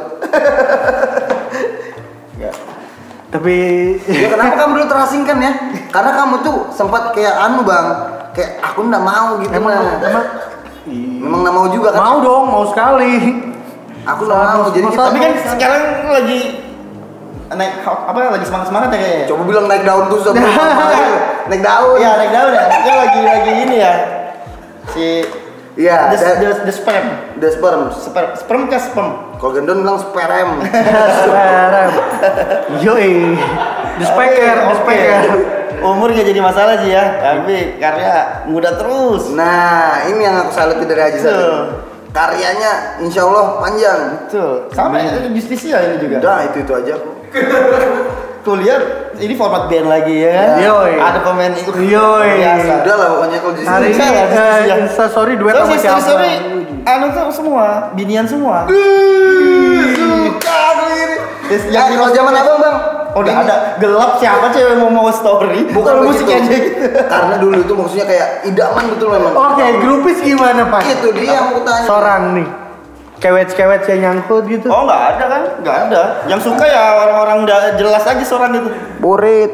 Ya. Tapi Ya kenapa kamu dulu terasingkan ya? Karena kamu tuh sempat kayak anu Bang, kayak aku nggak mau gitu emang nah. emang Memang nggak mau juga kan? mau dong, mau sekali. Aku nggak mau. Jadi kita Tapi kan sekarang lagi naik apa lagi semangat semangat ya kayaknya. coba bilang naik daun tuh sama naik daun. Iya naik daun ya. Dia lagi lagi ini ya. Si Iya. the, The, the, the sperm. the sperm. Sperm sperm ke sperm. Kalau gendon bilang sperm. Sekarang, yoi, the speaker, the Oke, speaker. oke. Umur gak jadi masalah sih ya, tapi karya muda terus. Nah ini yang aku saluti dari Haji Sadiq. Betul. Karyanya insya Allah panjang. Betul. Sama ya, justisia ini juga. Udah itu itu aja aku. Tuh lihat, ini format band lagi ya kan? Yoi. Ada pemain itu. Yoi. Biasa. Udah lah pokoknya kalau di Hari sini. ini Bisa lah, uh, bisa. Instastory duet Terus sama story siapa? story, anu tuh semua, binian semua. Suka aku ini. Yes, Ya, yang kalau zaman abang bang. Oh, udah Ini- ada gelap siapa cewek mau mau story? Bukan Kalau begitu. musik aja gitu. Karena dulu itu maksudnya kayak idaman betul memang. Oke, grupis gimana Pak? Itu dia yang aku tanya. Seorang nih, kewet-kewet yang nyangkut gitu. Oh nggak ada kan? Nggak ada. Yang suka ya orang-orang udah jelas aja seorang itu. Borit.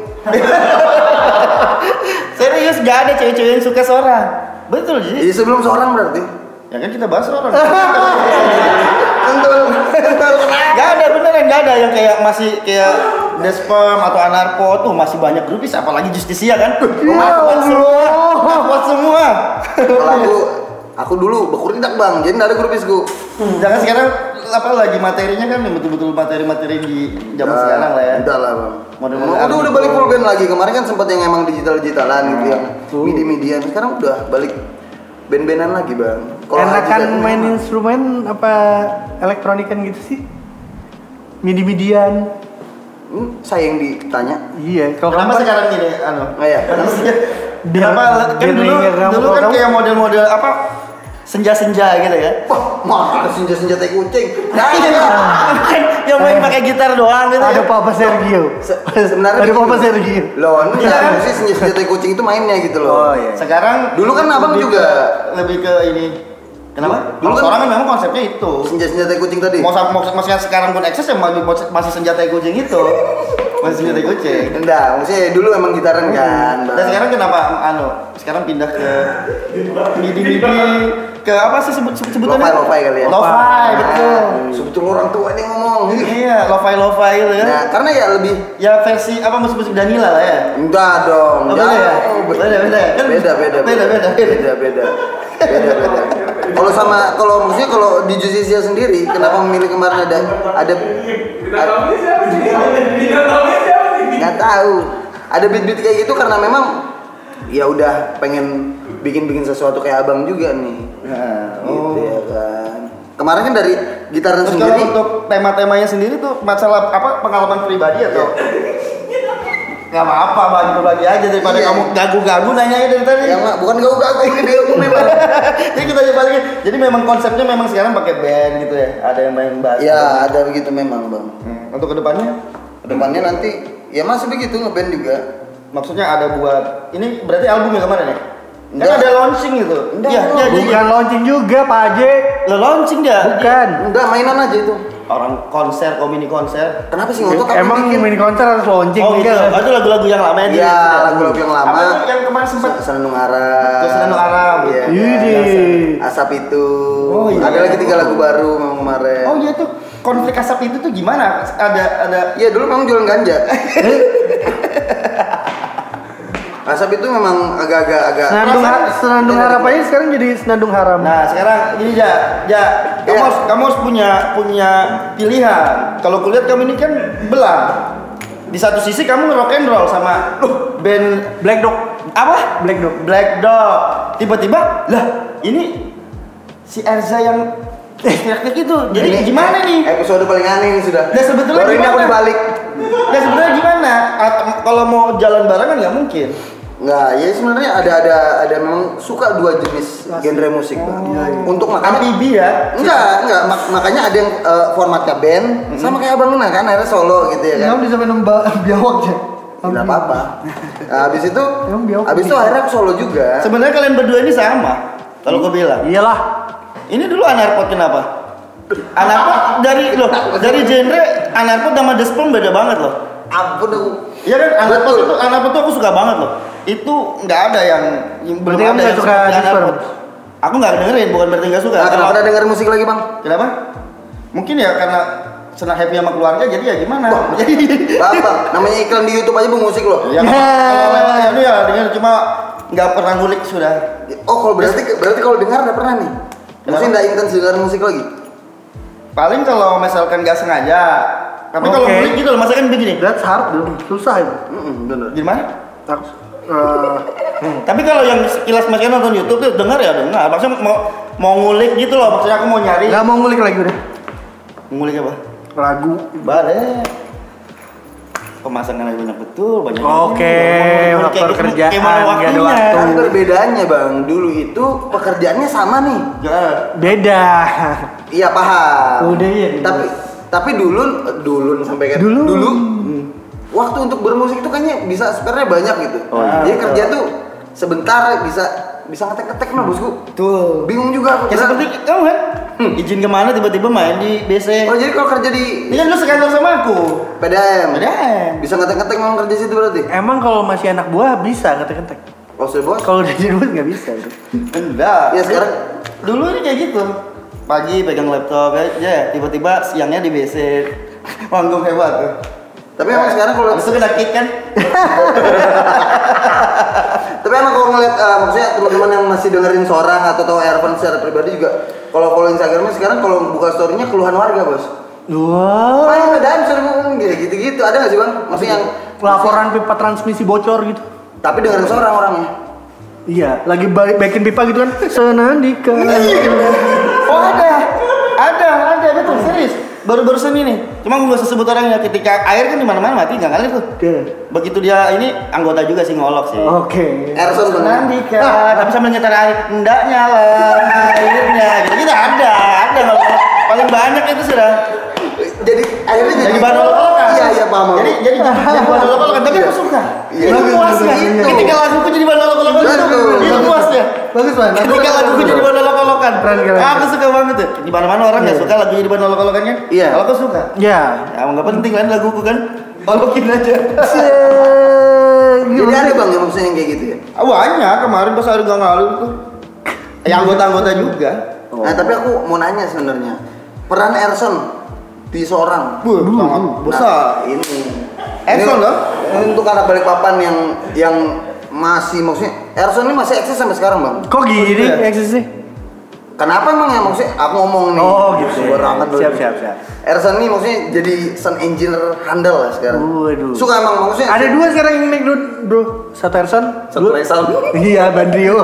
Serius nggak ada cewek-cewek yang suka seorang. Betul sih. Jadi sebelum seorang berarti. Ya kan kita bahas seorang. Tentul. Tentul. Nggak ada beneran nggak ada yang kayak masih kayak Despem atau Anarpo tuh masih banyak grupis, apalagi Justisia kan. Ya Allah. Kuat semua. Kalau aku aku dulu berkurindak bang, jadi nggak ada grupis gue. Hmm, jangan sekarang apa lagi materinya kan yang betul-betul materi-materi di zaman Ya, sekarang lah ya. Udah lah bang. Model-model udah album udah balik full band lagi. Kemarin kan sempat yang emang digital-digitalan gitu yang midi-midian. Sekarang udah balik band-bandan lagi bang. Kalau Enakan Haji main Zain- instrumen apa elektronikan gitu sih? Midi-midian. Hmm, saya yang ditanya. Iya, kalau Kenapa kamu sekarang gini anu? Oh iya. Kenapa kan biar dulu nggak kamu- dulu kan kamu- kayak model-model apa senja-senja gitu ya. Wah, mana senja-senja tai kucing. Nah, Kan yang main pakai gitar doang gitu. ada ya. Papa Sergio. Se- sebenarnya ada gitu. Papa Sergio. Loh, Iya. enggak sih senja-senja tai kucing itu mainnya gitu loh. Oh, iya. Sekarang Dulu kan abang lebih juga. ke- lebih ke ini. Kenapa? Dulu Kalau kan- seorang kan memang konsepnya itu. Senja-senja tai kucing tadi. Mau mau maksudnya sekarang pun eksis ya masih masih senjata kucing itu. Masih senjata kucing. Enggak, maksudnya dulu emang gitaran kan. Bang. Dan sekarang kenapa anu? Sekarang pindah ke midi-midi ke apa sih sebut sebut sebutannya? Lo-fi, lo-fi kali ya. Lo-fi, betul. Sebetulnya orang tua ini ngomong. Iya, lo-fi lo-fi gitu ya. Nah, karena ya lebih Ya versi apa musik-musik Danila lah ya. enggak dong. Oh, beda ya? jauh. Beda, beda ya? Kan Beda, beda, beda, beda. beda, beda. Beda, beda. Kalau sama kalau maksudnya kalau di Justisia sendiri, kenapa memilih kemarin ada ada nggak tahu ada beat-beat kayak gitu karena memang ya udah pengen bikin-bikin sesuatu kayak abang juga nih. Nah, Gitu ya kan. Kemarin kan dari gitaran Terus kalau sendiri. untuk tema-temanya sendiri tuh masalah apa pengalaman pribadi atau nggak apa-apa bagi bagi aja daripada Iya. kamu gagu-gagu nanya dari tadi. Ya nggak, bukan gagu-gagu ini dia umumnya Bang. Jadi kita aja balikin. Jadi memang konsepnya memang sekarang pakai band gitu ya. Ada yang main bass. Ya ada begitu memang bang. Hmm. Untuk kedepannya, Kedepannya nanti ya masih begitu ngeband juga. maksudnya ada buat ini berarti album ya kemarin ya? Kan Enggak. ada launching gitu. Enggak, Iya, enggak. iya, iya. Bukan launching juga, Pak Aje. Lo launching dah. Bukan. Enggak mainan aja itu. Orang konser, komini konser. Kenapa sih ngotot apa Emang bikin? mini konser harus launching Oh gitu. enggak? Oh, itu lagu-lagu yang lama ya? Iya, lagu-lagu yang lama. Apa tuh yang kemarin sempat Senandung Aram. Terus Senandung Aram. Iya. Ini. Asap itu. Oh, iya. Ada lagi tiga lagu baru memang kemarin. Oh iya tuh konflik asap itu tuh gimana? Ada ada Iya dulu memang jualan ganja. Asap itu memang agak-agak agak. Senandung, Perasaan- ha- senandung harap aja sekarang jadi senandung haram. Nah sekarang ini ya, ya kamu Iya. harus kamu harus punya punya pilihan. Kalau kulihat kamu ini kan belah. Di satu sisi kamu nge-rock and roll sama uh, band Black Dog. apa? Black Dog. Black Dog. Tiba-tiba lah ini si Erza yang teriak-teriak itu. Jadi Ini gimana nih? Episode paling aneh ini sudah. Nah, sebetulnya Baru ini aku gimana? dibalik. Nah sebenarnya gimana? At- Kalau mau jalan barengan nggak mungkin. Enggak, ya sebenarnya ada ada ada memang suka dua jenis genre musik, Bang. Untuk makanya Amfibi ya? enggak, enggak mak- makanya ada yang eh, formatnya band sama kayak Abang Nuna kan akhirnya solo gitu ya kan. Kamu bisa minum ba- biawak ya? Tidak apa-apa. Nah, habis itu Emang biawak habis itu bisa? akhirnya aku solo juga. Sebenarnya kalian berdua ini sama. Kalau gue bilang. Iyalah. Ini dulu Anarpot kenapa? Anarpot dari loh dari genre Anarpot sama Despom beda banget loh. Ampun aku. Iya kan Anarpot Betul. itu Anarpot tuh aku suka banget loh. Itu nggak ada yang, yang belum Berarti kamu ada nggak yang suka seperti Despom? Anarpot. Aku nggak dengerin, bukan berarti nggak suka. Nah, kenapa Kalau- ada denger musik lagi, Bang? Kenapa? Mungkin ya karena senang happy sama keluarga jadi ya gimana? Wah, Jadi Bapak, namanya iklan di YouTube aja bu musik loh. ya kalau lewat ya dia denger cuma nggak pernah ngulik sudah. Oh, kalau berarti berarti kalau dengar udah pernah nih. Maksudnya enggak intens dengar musik lagi. Paling kalau misalkan nggak sengaja. Tapi kalau Oke. ngulik gitu loh, maksudnya kan begini. That's hard dong. Susah itu. Heeh, benar. Gimana? Tak. eh, Tapi kalau yang sekilas mas nonton YouTube tuh dengar ya dengar. Maksudnya mau mau ngulik gitu loh. Maksudnya aku mau nyari. Nggak mau ngulik lagi udah. Ngulik apa? Lagu. Balik. Pemasangan banyak betul, banyak. Oke, Ngulik faktor kayak gitu, kerjaan, kayak mana nggak ada waktunya. waktu. Kan perbedaannya bang, dulu itu pekerjaannya sama nih. Ya. Beda. Iya paham. Udah, iya. Tapi tapi dulu dulu sampai kan Dulu. dulu hmm, waktu untuk bermusik itu kayaknya bisa sebenarnya banyak gitu. Oh, iya. Jadi kerja tuh sebentar bisa bisa ngetek-ngetek mah bosku. Tuh. Bingung juga aku. Ya seperti kamu kan? Izin kemana tiba-tiba main di B C. Oh jadi kalau kerja di Ini kan lu sekantor sama aku. P D M, P D M. bisa ngetek-ngetek memang kerja situ berarti. Emang kalau masih anak buah bisa ngetek-ngetek. Oh sudah bos. Kalau udah jadi bos nggak bisa. Itu. Enggak. Ya sekarang Dulu ini kayak gitu. Pagi pegang laptop aja, tiba-tiba siangnya di B C. Manggung hebat tuh. Tapi emang sekarang kalau Habis itu kena kick kan? Tapi emang kalau ngeliat uh, maksudnya teman-teman yang masih dengerin seorang atau tahu Ervan secara pribadi juga kalau follow Instagramnya sekarang kalau buka story-nya keluhan warga bos. Wah. Wah, yang ada sering gitu-gitu ada nggak sih bang? Maksudnya yang Laporan pipa transmisi bocor gitu. tapi dengerin seorang orangnya. Iya, lagi ba- baikin pipa gitu kan. Senandika. Oh ada, ada, ada betul serius. Baru-baru sini nih. Cuma gue gak usah sebut orangnya. Ketika air kan di mana-mana mati nggak ngalir tuh. Oke. Begitu dia ini anggota juga sih ngolok sih. Oke. Erson bener. Nandika, tapi sambil nyetar air, enggak nyala airnya. Gitu-gitu ada, ada ngolok. Paling banyak itu sudah. Jadi akhirnya jadi, Jadi bahan olok-olokan. Iya iya paham. Jadi jadi jadi bahan olok-olokan. Tapi aku suka. Iya. Itu Bagus, puasnya. bagus, bagus. Ketika laguku jadi bahan olok-olokan itu, Betul. itu puasnya. Bagus banget. Ketika laguku jadi bahan olok-olokan. Keren, keren. Aku suka banget tuh. Di mana-mana orang nggak Iya. suka lagu jadi bahan olok-olokan kan? Iya. Kalau aku suka. Ya. Ya nggak penting kan laguku kan. Olokin aja. Jadi ada bang yang maksudnya yang kayak gitu ya. Ah, banyak kemarin pas hari gak ngalir tuh. Ya anggota-anggota juga. Nah tapi aku mau nanya sebenarnya peran Erson di seorang. Buh, sangat besar. Nah, ini. Erson Ini- loh. ini untuk anak Balikpapan yang yang masih maksudnya Erson ini masih eksis sampai sekarang bang. Kok gini Iya. eksisnya? Kenapa emang ya maksudnya aku ngomong nih. Oh gitu. Sembarangan dulu. Siap siap siap. Erson ini maksudnya jadi sound engineer handal lah sekarang. Waduh. Suka emang maksudnya. Ada dua sekarang yang naik dulu, bro. Satu Erson, Satu dua- sound. Iya, Bandrio.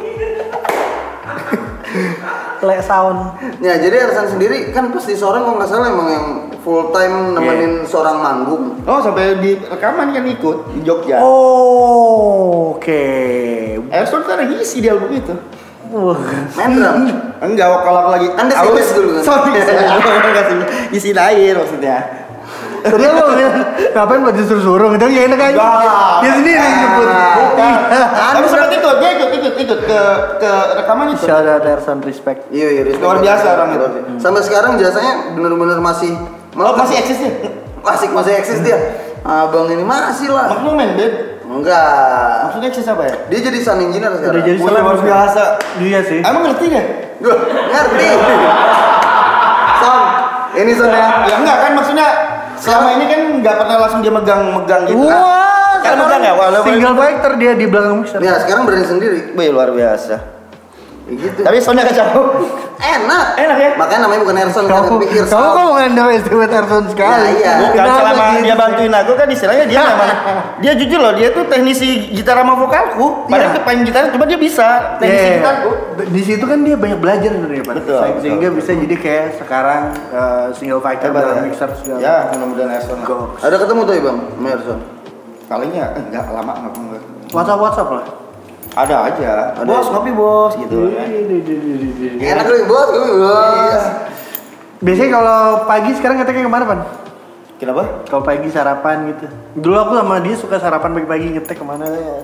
Lek sound. Ya jadi Ersan sendiri kan pas di seorang kalau nggak salah emang yang full time nemenin seorang manggung. Oh sampai di rekaman kan ikut di Jogja. Oh, oke. Erson kan lagi isi di album itu. Wah. Main drum. Enggak, kalau aku lagi Anda aku- serius dulu kan? Sorry, kasih isi air maksudnya. Tadi lo bilang, ngapain buat disuruh-suruh gitu ya enak aja. Enggak. Dia sendiri yang nyebut. Bukan. Anu, Tapi sempat ikut, dia ikut, ikut, ikut ke ke rekaman itu. Shout out Erson, respect. Iya iya. respect Luar banget. biasa orang itu. Sampai sekarang jasanya bener-bener masih Oh, masih eksis nih. masih masih eksis dia. Abang ini masih lah. Maksudnya main band? Enggak. Maksudnya eksis apa ya? Dia jadi sound engineer sekarang. Udah jadi Wih, seleb. luar biasa. Iya sih. Emang ngerti deh? Gue ngerti. Sound. Ini sound ya. Ya enggak kan maksudnya selama ini kan nggak pernah langsung dia megang-megang gitu. Wah, Sekarang megang ya? Walau single fighter dia di belakang mixer. Ya sekarang berani sendiri. Wih, luar biasa. Ya gitu. Tapi soundnya kacau. Enak. Enak ya? Makanya namanya bukan Erson kan Kamu, pikir kamu kok mau underestimate Erson sekali? Nah, iya. Bukan Kenapa selama gitu dia sih? bantuin aku kan istilahnya dia memang dia jujur loh, dia tuh teknisi gitar sama vokalku. Padahal Iya. main gitar cuma dia bisa teknisi Iya, gitarku. di situ kan dia banyak belajar sebenarnya Pak. Betul, Se- sehingga betul, bisa jadi kayak sekarang uh, single fighter Hebat dalam ya? mixer segala. Ya, mudah-mudahan Erson. Go. Ada ketemu tuh ya bang, sama Erson. Kalinya eh, enggak lama enggak enggak. WhatsApp WhatsApp lah. Ada aja. Ada. Bos, ngopi bos gitu. Enak lu bos, gue bos. Biasanya kalau pagi sekarang katanya kemana Pan? Kenapa? Kalau pagi sarapan gitu. Dulu aku sama dia suka sarapan pagi-pagi ngetek kemana ya?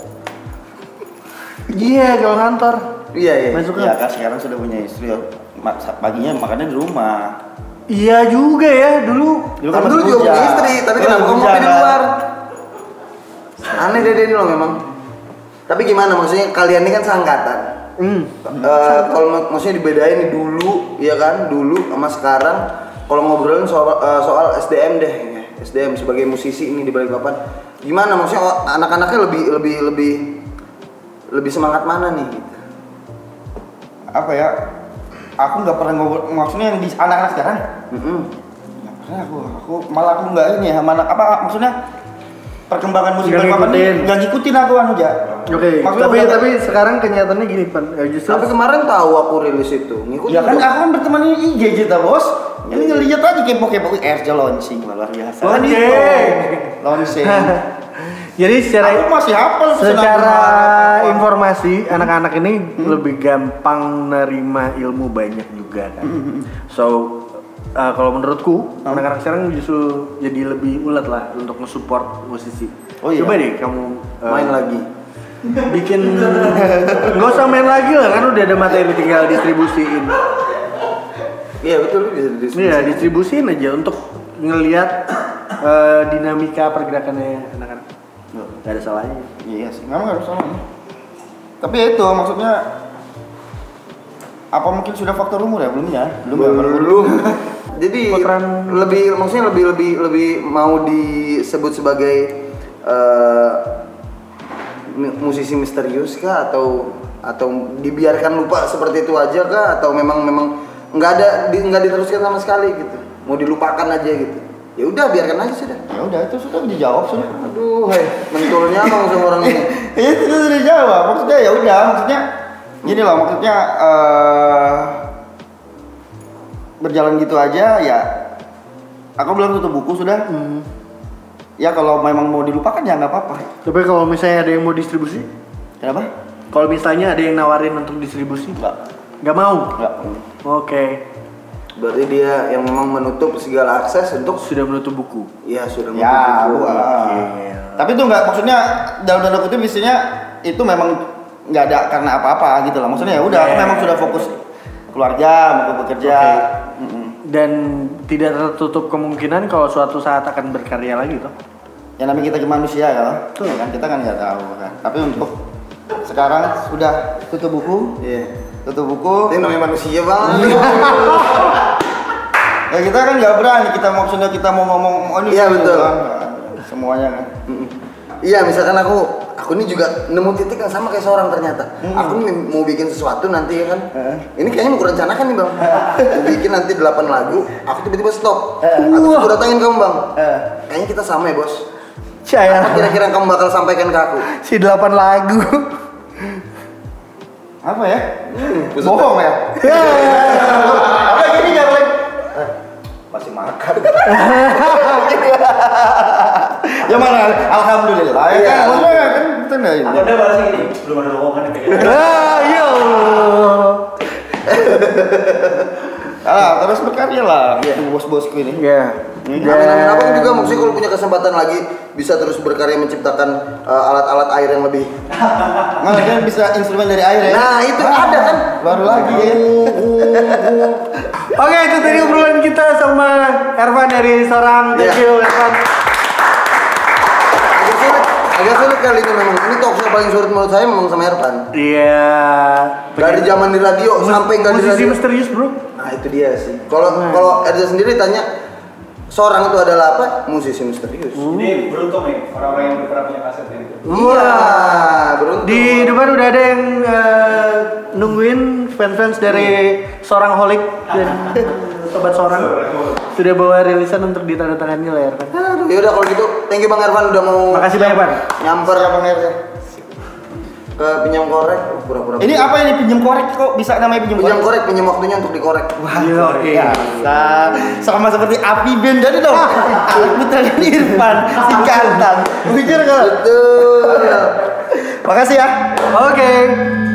Iya kalau kantor. Iya iya. Masuk Ya kan? kan sekarang sudah punya istri. ya. Ma- paginya makannya di rumah. Iya juga ya dulu. Dulu Kan masih dulu juga bujang. punya istri, tapi Dulu kenapa kamu bujang, ngopi di kan? luar? Aneh deh dia ini loh memang. Tapi gimana maksudnya kalian ini kan seangkatan. Hmm. Eh, kalau mak- maksudnya dibedain nih dulu, ya kan, dulu sama sekarang. Kalau ngobrolin soal eh, soal S D M deh, ya. S D M sebagai musisi ini di Balikpapan, gimana maksudnya oh, anak-anaknya lebih lebih lebih lebih semangat mana nih? Gitu. Apa ya? Aku nggak pernah ngobrol maksudnya yang di anak-anak sekarang. Mm-mm. Nggak pernah aku, aku malah aku nggak ini ya, sama anak apa maksudnya perkembangan musik Nggak Balikpapan ini ngikutin. nggak ngikutin aku anu aja. Oke. Maksudnya Tapi udah- tapi sekarang kenyataannya gini Pan. Eh, justru Tapi kemarin tahu aku rilis itu, ngikutin Ya kan dong. aku kan berteman ini I G kita bos. Ini ngeliat aja kepo-kepo R J launching luar biasa. Kan Oke. itu. Launching. Jadi secara Aku masih hafal pesan secara aku. informasi anak-anak ini lebih gampang nerima ilmu banyak juga kan. So uh, kalau menurutku anak-anak sekarang justru jadi lebih ulet lah untuk nge-support musisi. Oh iya? Coba deh kamu uh, Main lagi. bikin nggak usah main lagi lah kan udah ada materi tinggal distribusiin. Iya betul bisa didiskusi. Iya distribusiin aja untuk ngelihat uh, dinamika pergerakannya anak-anak. Gak ada salahnya. Iya sih, memang harus sama. Tapi ya itu maksudnya apa mungkin sudah faktor umur ya belum ya? Belum. Jadi putaran lebih maksudnya lebih lebih lebih mau disebut sebagai uh, musisi misterius kah atau atau dibiarkan lupa seperti itu aja kah atau memang memang nggak ada di, nggak diteruskan sama sekali gitu, mau dilupakan aja gitu? Ya udah biarkan aja sudah. Ya udah itu sudah dijawab sudah. Aduh, hei, mentulnya emang sama orang ini. Itu sudah dijawab. Maksudnya ya udah, maksudnya gini loh, maksudnya uh, berjalan gitu aja ya. Aku belum tutup buku sudah. Hmm. Ya kalau memang mau dilupakan ya nggak apa-apa. Tapi kalau misalnya ada yang mau distribusi, Kenapa? kalau misalnya ada yang nawarin untuk distribusi, Enggak. nggak mau. Enggak. Oke, Berarti dia yang memang menutup segala akses untuk sudah menutup buku. ya sudah Ya, menutup buku. gua. Tapi itu nggak, maksudnya dalam tanda kutip isinya itu memang nggak ada karena apa-apa gitu lah. Maksudnya ya udah, aku Yeah. memang sudah fokus keluarga, mau bekerja. Oke. Mm-mm. Dan tidak tertutup kemungkinan kalau suatu saat akan berkarya lagi toh. Ya namanya kita manusia ya, Betul. ya kan kita kan nggak tahu kan. Tapi untuk sekarang sudah tutup buku, Iya. tutup buku. Ini namanya manusia bang. Ya kita kan nggak berani, kita maksudnya kita mau ngomong oh ini Iya, gitu betul. kan. Semuanya kan. Iya, misalkan aku aku ini juga nemu titik yang sama kayak seorang ternyata. Hmm. Aku nih mau bikin sesuatu nanti ya kan. Heeh. Ini kayaknya mau kurencanakan nih bang. Mau bikin nanti delapan lagu, aku tiba-tiba stop. Heeh. Aku tuh datangin kamu bang. Eh, Kayaknya kita sama ya bos. Saya Apa kira-kira yang kamu bakal sampaikan ke aku? si delapan lagu. apa ya? Buset. Bohong ya? Apa gini nggak boleh? Eh, masih makan. Ya mana? Alhamdulillah ya Iya. kan. Maksudnya kan kita nggak ini. Atau dia balas gini, belum ada lowongan kayaknya. Ah, ya Allah. Ah, terus berkarya lah. Bos-bosku ini. Ya. Amin amin. Abang juga maksudnya kalau punya kesempatan lagi bisa terus berkarya menciptakan uh, alat-alat air yang lebih. Mana kan bisa instrumen dari air ya? Nah itu ada kan. Baru lagi ya. Oke, itu tadi obrolan kita sama Ervan dari Sorang. Thank Iya. you, Ervan. Agak sulit, agak sulit kali ini memang. Ini talk show paling sulit menurut saya memang sama Ervan. Iya. Dari zaman di radio sampai nggak di Musisi radio. misterius, bro. Nah itu dia sih. Kalau Nah. kalau Erza sendiri tanya seorang itu adalah apa? Musisi misterius. Ini beruntung nih orang-orang yang pernah punya kaset itu. Iya, beruntung. Di depan udah ada yang eh, nungguin fans-fans dari Sorang Holik dan Sobat Sorang. Sudah bawa rilisan untuk ditandatangani lah Ervan. Aduh, yaudah kalau gitu, thank you Bang Ervan udah mau Makasih banyak, Bang. nyamper Bang Erza ke pinjam korek. Oh, pura-pura. Ini apa ini pinjam korek kok bisa namanya pinjam pinjam korek? korek, pinjam waktunya untuk dikorek. Wah, Iya, iya. biasa. Sama seperti Api Band tadi dong. Alat puteran Irfan, singkatan. Mikir kalau. Betul. Makasih ya. Oke.